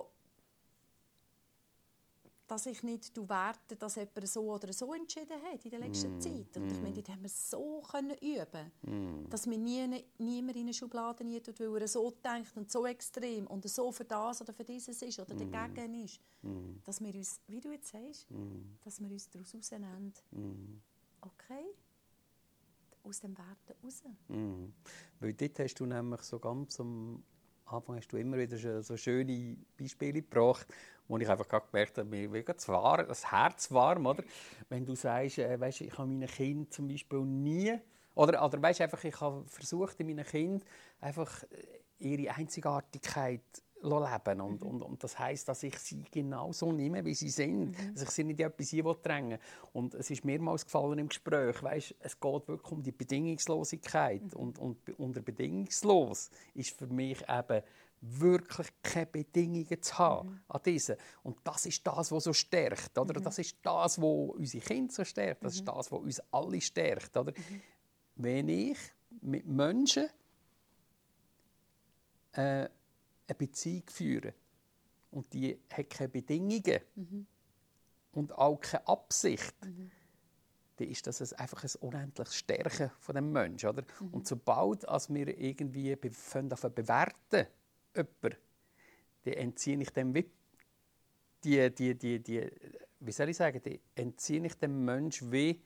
dass ich nicht du werte, dass jemand so oder so entschieden hat in der letzten Zeit. Und ich meine, das haben wir so können üben, dass wir nie, niemand in eine Schublade nie tut, weil er so denkt und so extrem und so für das oder für dieses ist oder dagegen ist. Dass wir uns, wie du jetzt sagst, dass wir uns daraus rausnehmen. Okay? Aus dem Werten raus. Mhm. Weil dort hast du nämlich so ganz am Anfang hast du immer wieder so schöne Beispiele gebracht, wo ich einfach gemerkt habe, mir wird das, warm, das Herz warm, oder? Wenn du sagst, äh, weißt, ich habe meinen Kindern zum Beispiel nie, oder, oder weißt, einfach, ich habe versucht, in meinen Kindern einfach ihre Einzigartigkeit zu leben. Und, Mhm. und, und das heisst, dass ich sie genau so nehme, wie sie sind. Mhm. Dass ich sie nicht in etwas drängen will. Und es ist mehrmals gefallen im Gespräch, weißt, es geht wirklich um die Bedingungslosigkeit. Mhm. Und, und unter bedingungslos ist für mich eben wirklich keine Bedingungen zu haben mhm. an diesen. Und das ist das, was so stärkt. Oder? Mhm. Das ist das, was unsere Kinder so stärkt. Das mhm. ist das, was uns alle stärkt. Oder? Mhm. Wenn ich mit Menschen äh, eine Beziehung führe und die hat keine Bedingungen mhm. und auch keine Absicht, mhm. dann ist das einfach ein unendliches Stärken von dem Menschen. Oder? Mhm. Und sobald als wir irgendwie be- bewerten, jemanden, dann entziehe ich dem wie die, die, die, die, wie soll ich sagen, die entziehe ich dem Menschen wie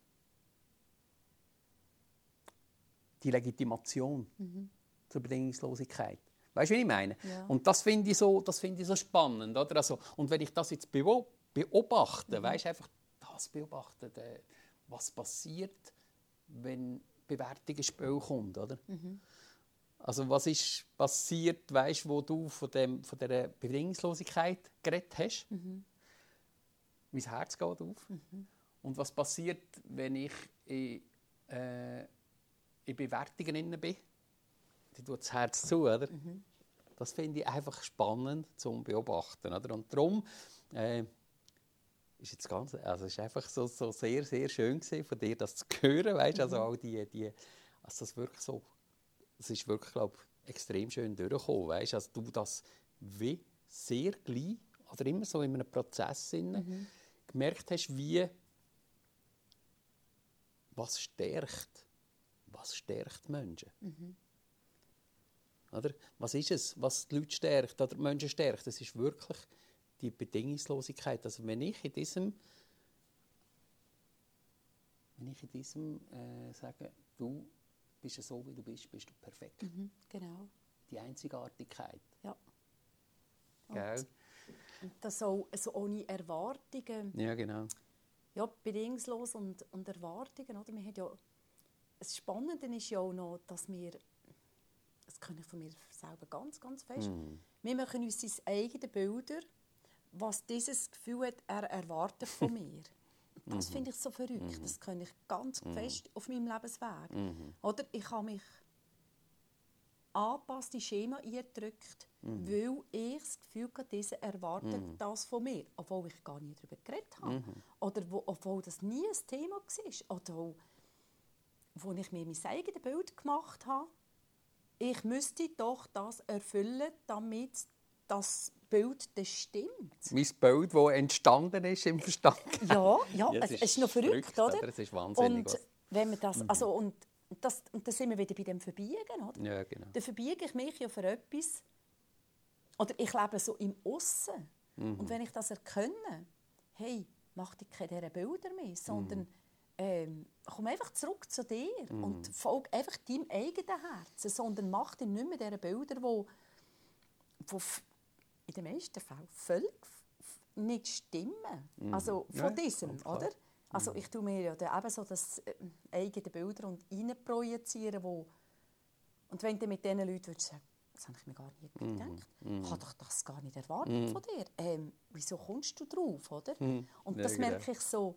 die Legitimation mhm. zur Bedingungslosigkeit. Weißt du, wie ich meine? Ja. Und das finde ich, so, find ich so spannend. Oder? Also, und wenn ich das jetzt beobachte, mhm. weißt, einfach das beobachten, was passiert, wenn Bewertung ins Spiel kommt. Oder? Mhm. Also was ist passiert, weißt, wo du von, dem, von dieser Bedingungslosigkeit geredet hast? Mhm. Mein Herz geht auf. Mhm. Und was passiert, wenn ich in, äh, in Bewertungen bin? Die tut das Herz zu, oder? Mhm. Das finde ich einfach spannend zum Beobachten, oder? Und darum äh, ist jetzt ganz, also es ist einfach so, so sehr, sehr schön gewesen, von dir das zu hören, weißt? Mhm. Also all die, die, also das wirklich so, es ist wirklich, glaube ich, extrem schön durchgekommen, weißt? Also du das wie sehr gleich oder immer so in einem Prozess mhm. gemerkt hast, wie was stärkt, was stärkt Menschen. Mhm. Oder? Was ist es, was die Leute stärkt oder die Menschen stärkt? Das ist wirklich die Bedingungslosigkeit. Also wenn ich in diesem, wenn ich in diesem äh, sage, du bist ja so, wie du bist, bist du perfekt. Mhm, genau. Die Einzigartigkeit. Ja. Gell? Und das auch also ohne Erwartungen. Ja, genau. Ja, bedingungslos und, und Erwartungen. Oder? Wir haben ja, das Spannende ist ja auch noch, dass wir, das kann ich von mir selber ganz, ganz fest, mm. wir machen uns unsere eigenen Bilder, was dieses Gefühl hat, er erwartet von mir. Das finde ich so verrückt. Das kann ich ganz fest auf meinem Lebensweg. Mhm. Oder ich habe mich angepasste Schema eingedrückt, mhm. weil ich das Gefühl hatte, dieser erwartet mhm. das von mir, obwohl ich gar nicht darüber geredet habe. Mhm. Oder wo, obwohl das nie ein Thema war. Oder wo, wo ich mir mein eigenes Bild gemacht habe. Ich müsste doch das erfüllen, damit das Bild das stimmt. Mein Bild, das entstanden ist im Verstand. Ja, ja, ja es, ist, es ist noch verrückt, verrückt oder? Es ist wahnsinnig. Und wenn man das, also, und das, und dann sind wir wieder bei dem Verbiegen, oder? Ja, genau. Dann verbiege ich mich ja für etwas, oder ich lebe so im Aussen. Mhm. Und wenn ich das erkenne, hey, mach dir keine Bilder mehr, sondern mhm. ähm, komm einfach zurück zu dir mhm. und folge einfach deinem eigenen Herzen, sondern mach dir nicht mehr diese Bilder, die, die in den meisten Fällen völlig nicht stimmen. Mhm. Also von ja, diesem, oder? Also ich tue mir ja dann eben so das äh, eigene Bilder und reinprojizieren, wo und wenn du mit diesen Leuten würdest sagen, das habe ich mir gar nicht gedacht, mm. ich habe doch das gar nicht erwartet mm. von dir. Ähm, wieso kommst du drauf, oder? Mm. Und das ja, genau. merke ich so,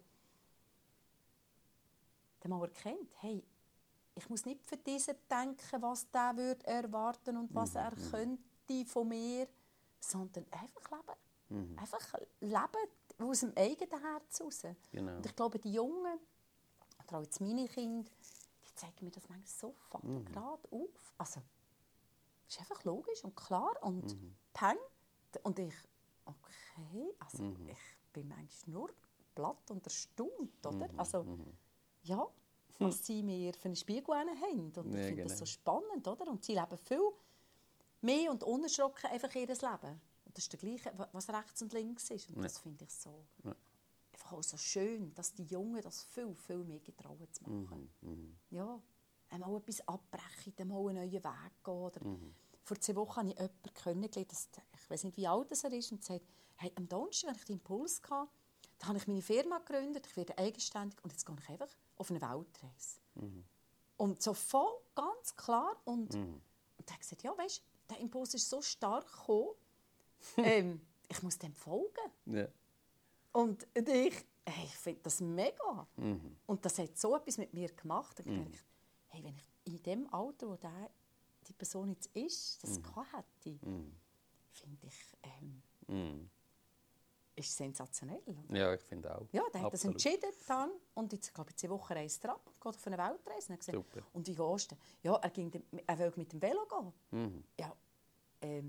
wenn man erkennt, hey, ich muss nicht für diesen denken, was der würde erwarten und was mm. er könnte von mir, sondern einfach leben. Mm. Einfach leben aus dem eigenen Herz heraus. Genau. Und ich glaube, die Jungen, oder auch jetzt meine Kinder, die zeigen mir das manchmal so mm. gerade auf. Also, das ist einfach logisch und klar und mm. peng. Und ich, okay, also mm. ich bin manchmal nur platt und erstaunt, oder? Mm. Also, ja, was sie mir für einen Spiegel haben. Und ich ja, finde genau. das so spannend, oder? Und sie leben viel mehr und unerschrocken einfach ihr Leben. Das ist das Gleiche, was rechts und links ist. Und ja. das finde ich so, ja. einfach auch so schön, dass die Jungen das viel, viel mehr getrauen zu machen. Mhm. Mhm. Ja, einmal etwas abbrechen, einmal einen neuen Weg gehen. Oder mhm. Vor zwei Wochen habe ich jemanden kennengelernt, das, ich weiß nicht, wie alt er ist, und sagt, hey, am Donnerstag, wenn ich den Impuls hatte, da habe ich meine Firma gegründet, ich werde eigenständig und jetzt gehe ich einfach auf eine Weltreise. Mhm. Und so voll, ganz klar. Und, mhm. und er hat gesagt, ja, weißt, der Impuls ist so stark gekommen, ähm, ich muss dem folgen. Ja. Und ich, hey, ich finde das mega. Mhm. Und das hat so etwas mit mir gemacht. Und ich dachte, hey, wenn ich in dem Alter, wo der, die Person jetzt ist, das mhm. gehabt hätte, mhm. finde ich, ähm, mhm. ist sensationell. Oder? Ja, ich finde auch. Ja, der hat das entschieden dann. Und jetzt, glaube ich, zwei Wochen reist er ab und geht auf eine Weltreise. Und, gesagt, und wie gehst du? Ja, er, ging, er will mit dem Velo gehen. Mhm. Ja, ähm,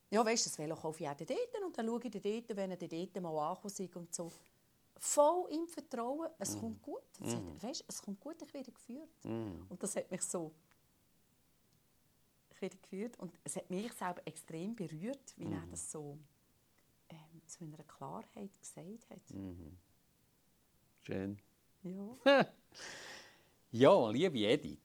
ja, weißt du, das Velo kaufe ich auch dort und dann schaue ich dort, wenn er dort mal angekommen ist und so. Voll im Vertrauen, es mm. kommt gut. Es, hat, weißt, es kommt gut, ich werde geführt. Mm. Und das hat mich so ich werde geführt und es hat mich selber extrem berührt, wie mm. er das so ähm, zu einer Klarheit gesagt hat. Mm. Schön. Ja. Ja, liebe Edith.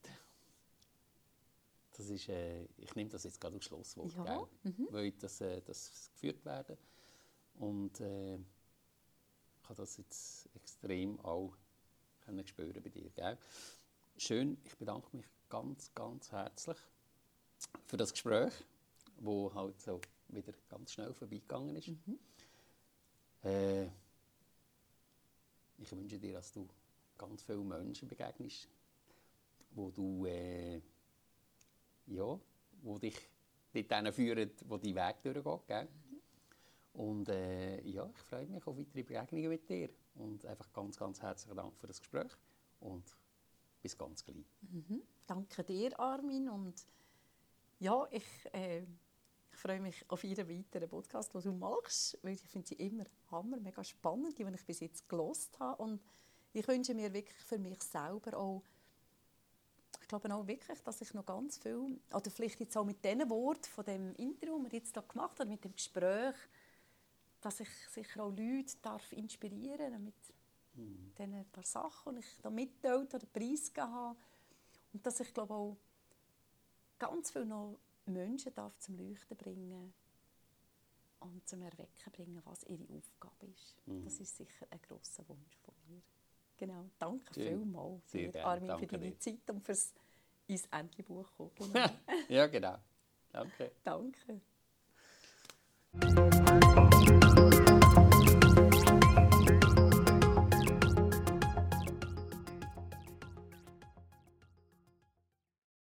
Das ist, äh, ich nehme das jetzt gerade als Schlusswort, ja. mhm. weil das, äh, das geführt werden. Und äh, ich habe das jetzt extrem auch können spüren bei dir. Gell? Schön, ich bedanke mich ganz, ganz herzlich für das Gespräch, das halt so wieder ganz schnell vorbeigegangen ist. Mhm. Äh, ich wünsche dir, dass du ganz vielen Menschen begegnest, wo du äh, ja, wo dich dort führen, wo dein Weg durchgeht. Gell? Und äh, ja, ich freue mich auf weitere Begegnungen mit dir. Und einfach ganz, ganz herzlichen Dank für das Gespräch. Und bis ganz gleich. Mhm. Danke dir, Armin. Und ja, ich, äh, ich freue mich auf jeden weiteren Podcast, den du machst. Weil ich finde sie immer hammer, mega spannend, die, die ich bis jetzt gehört habe. Und ich wünsche mir wirklich für mich selber auch, ich glaube auch wirklich, dass ich noch ganz viel, oder vielleicht jetzt auch mit diesen Worten von dem Interview, das wir jetzt hier gemacht haben, mit dem Gespräch, dass ich sicher auch Leute darf inspirieren darf mit mhm. diesen paar Sachen, die ich da mitteilt oder preisgegeben habe. Und dass ich glaube auch ganz viele noch Menschen darf zum Leuchten bringen und zum Erwecken bringen, was ihre Aufgabe ist. Mhm. Das ist sicher ein grosser Wunsch von mir. Genau, danke vielmals, Armin, danke für deine dir. Zeit und fürs ins Endlich-Buch kommen. Genau. Ja, genau. Danke. Danke.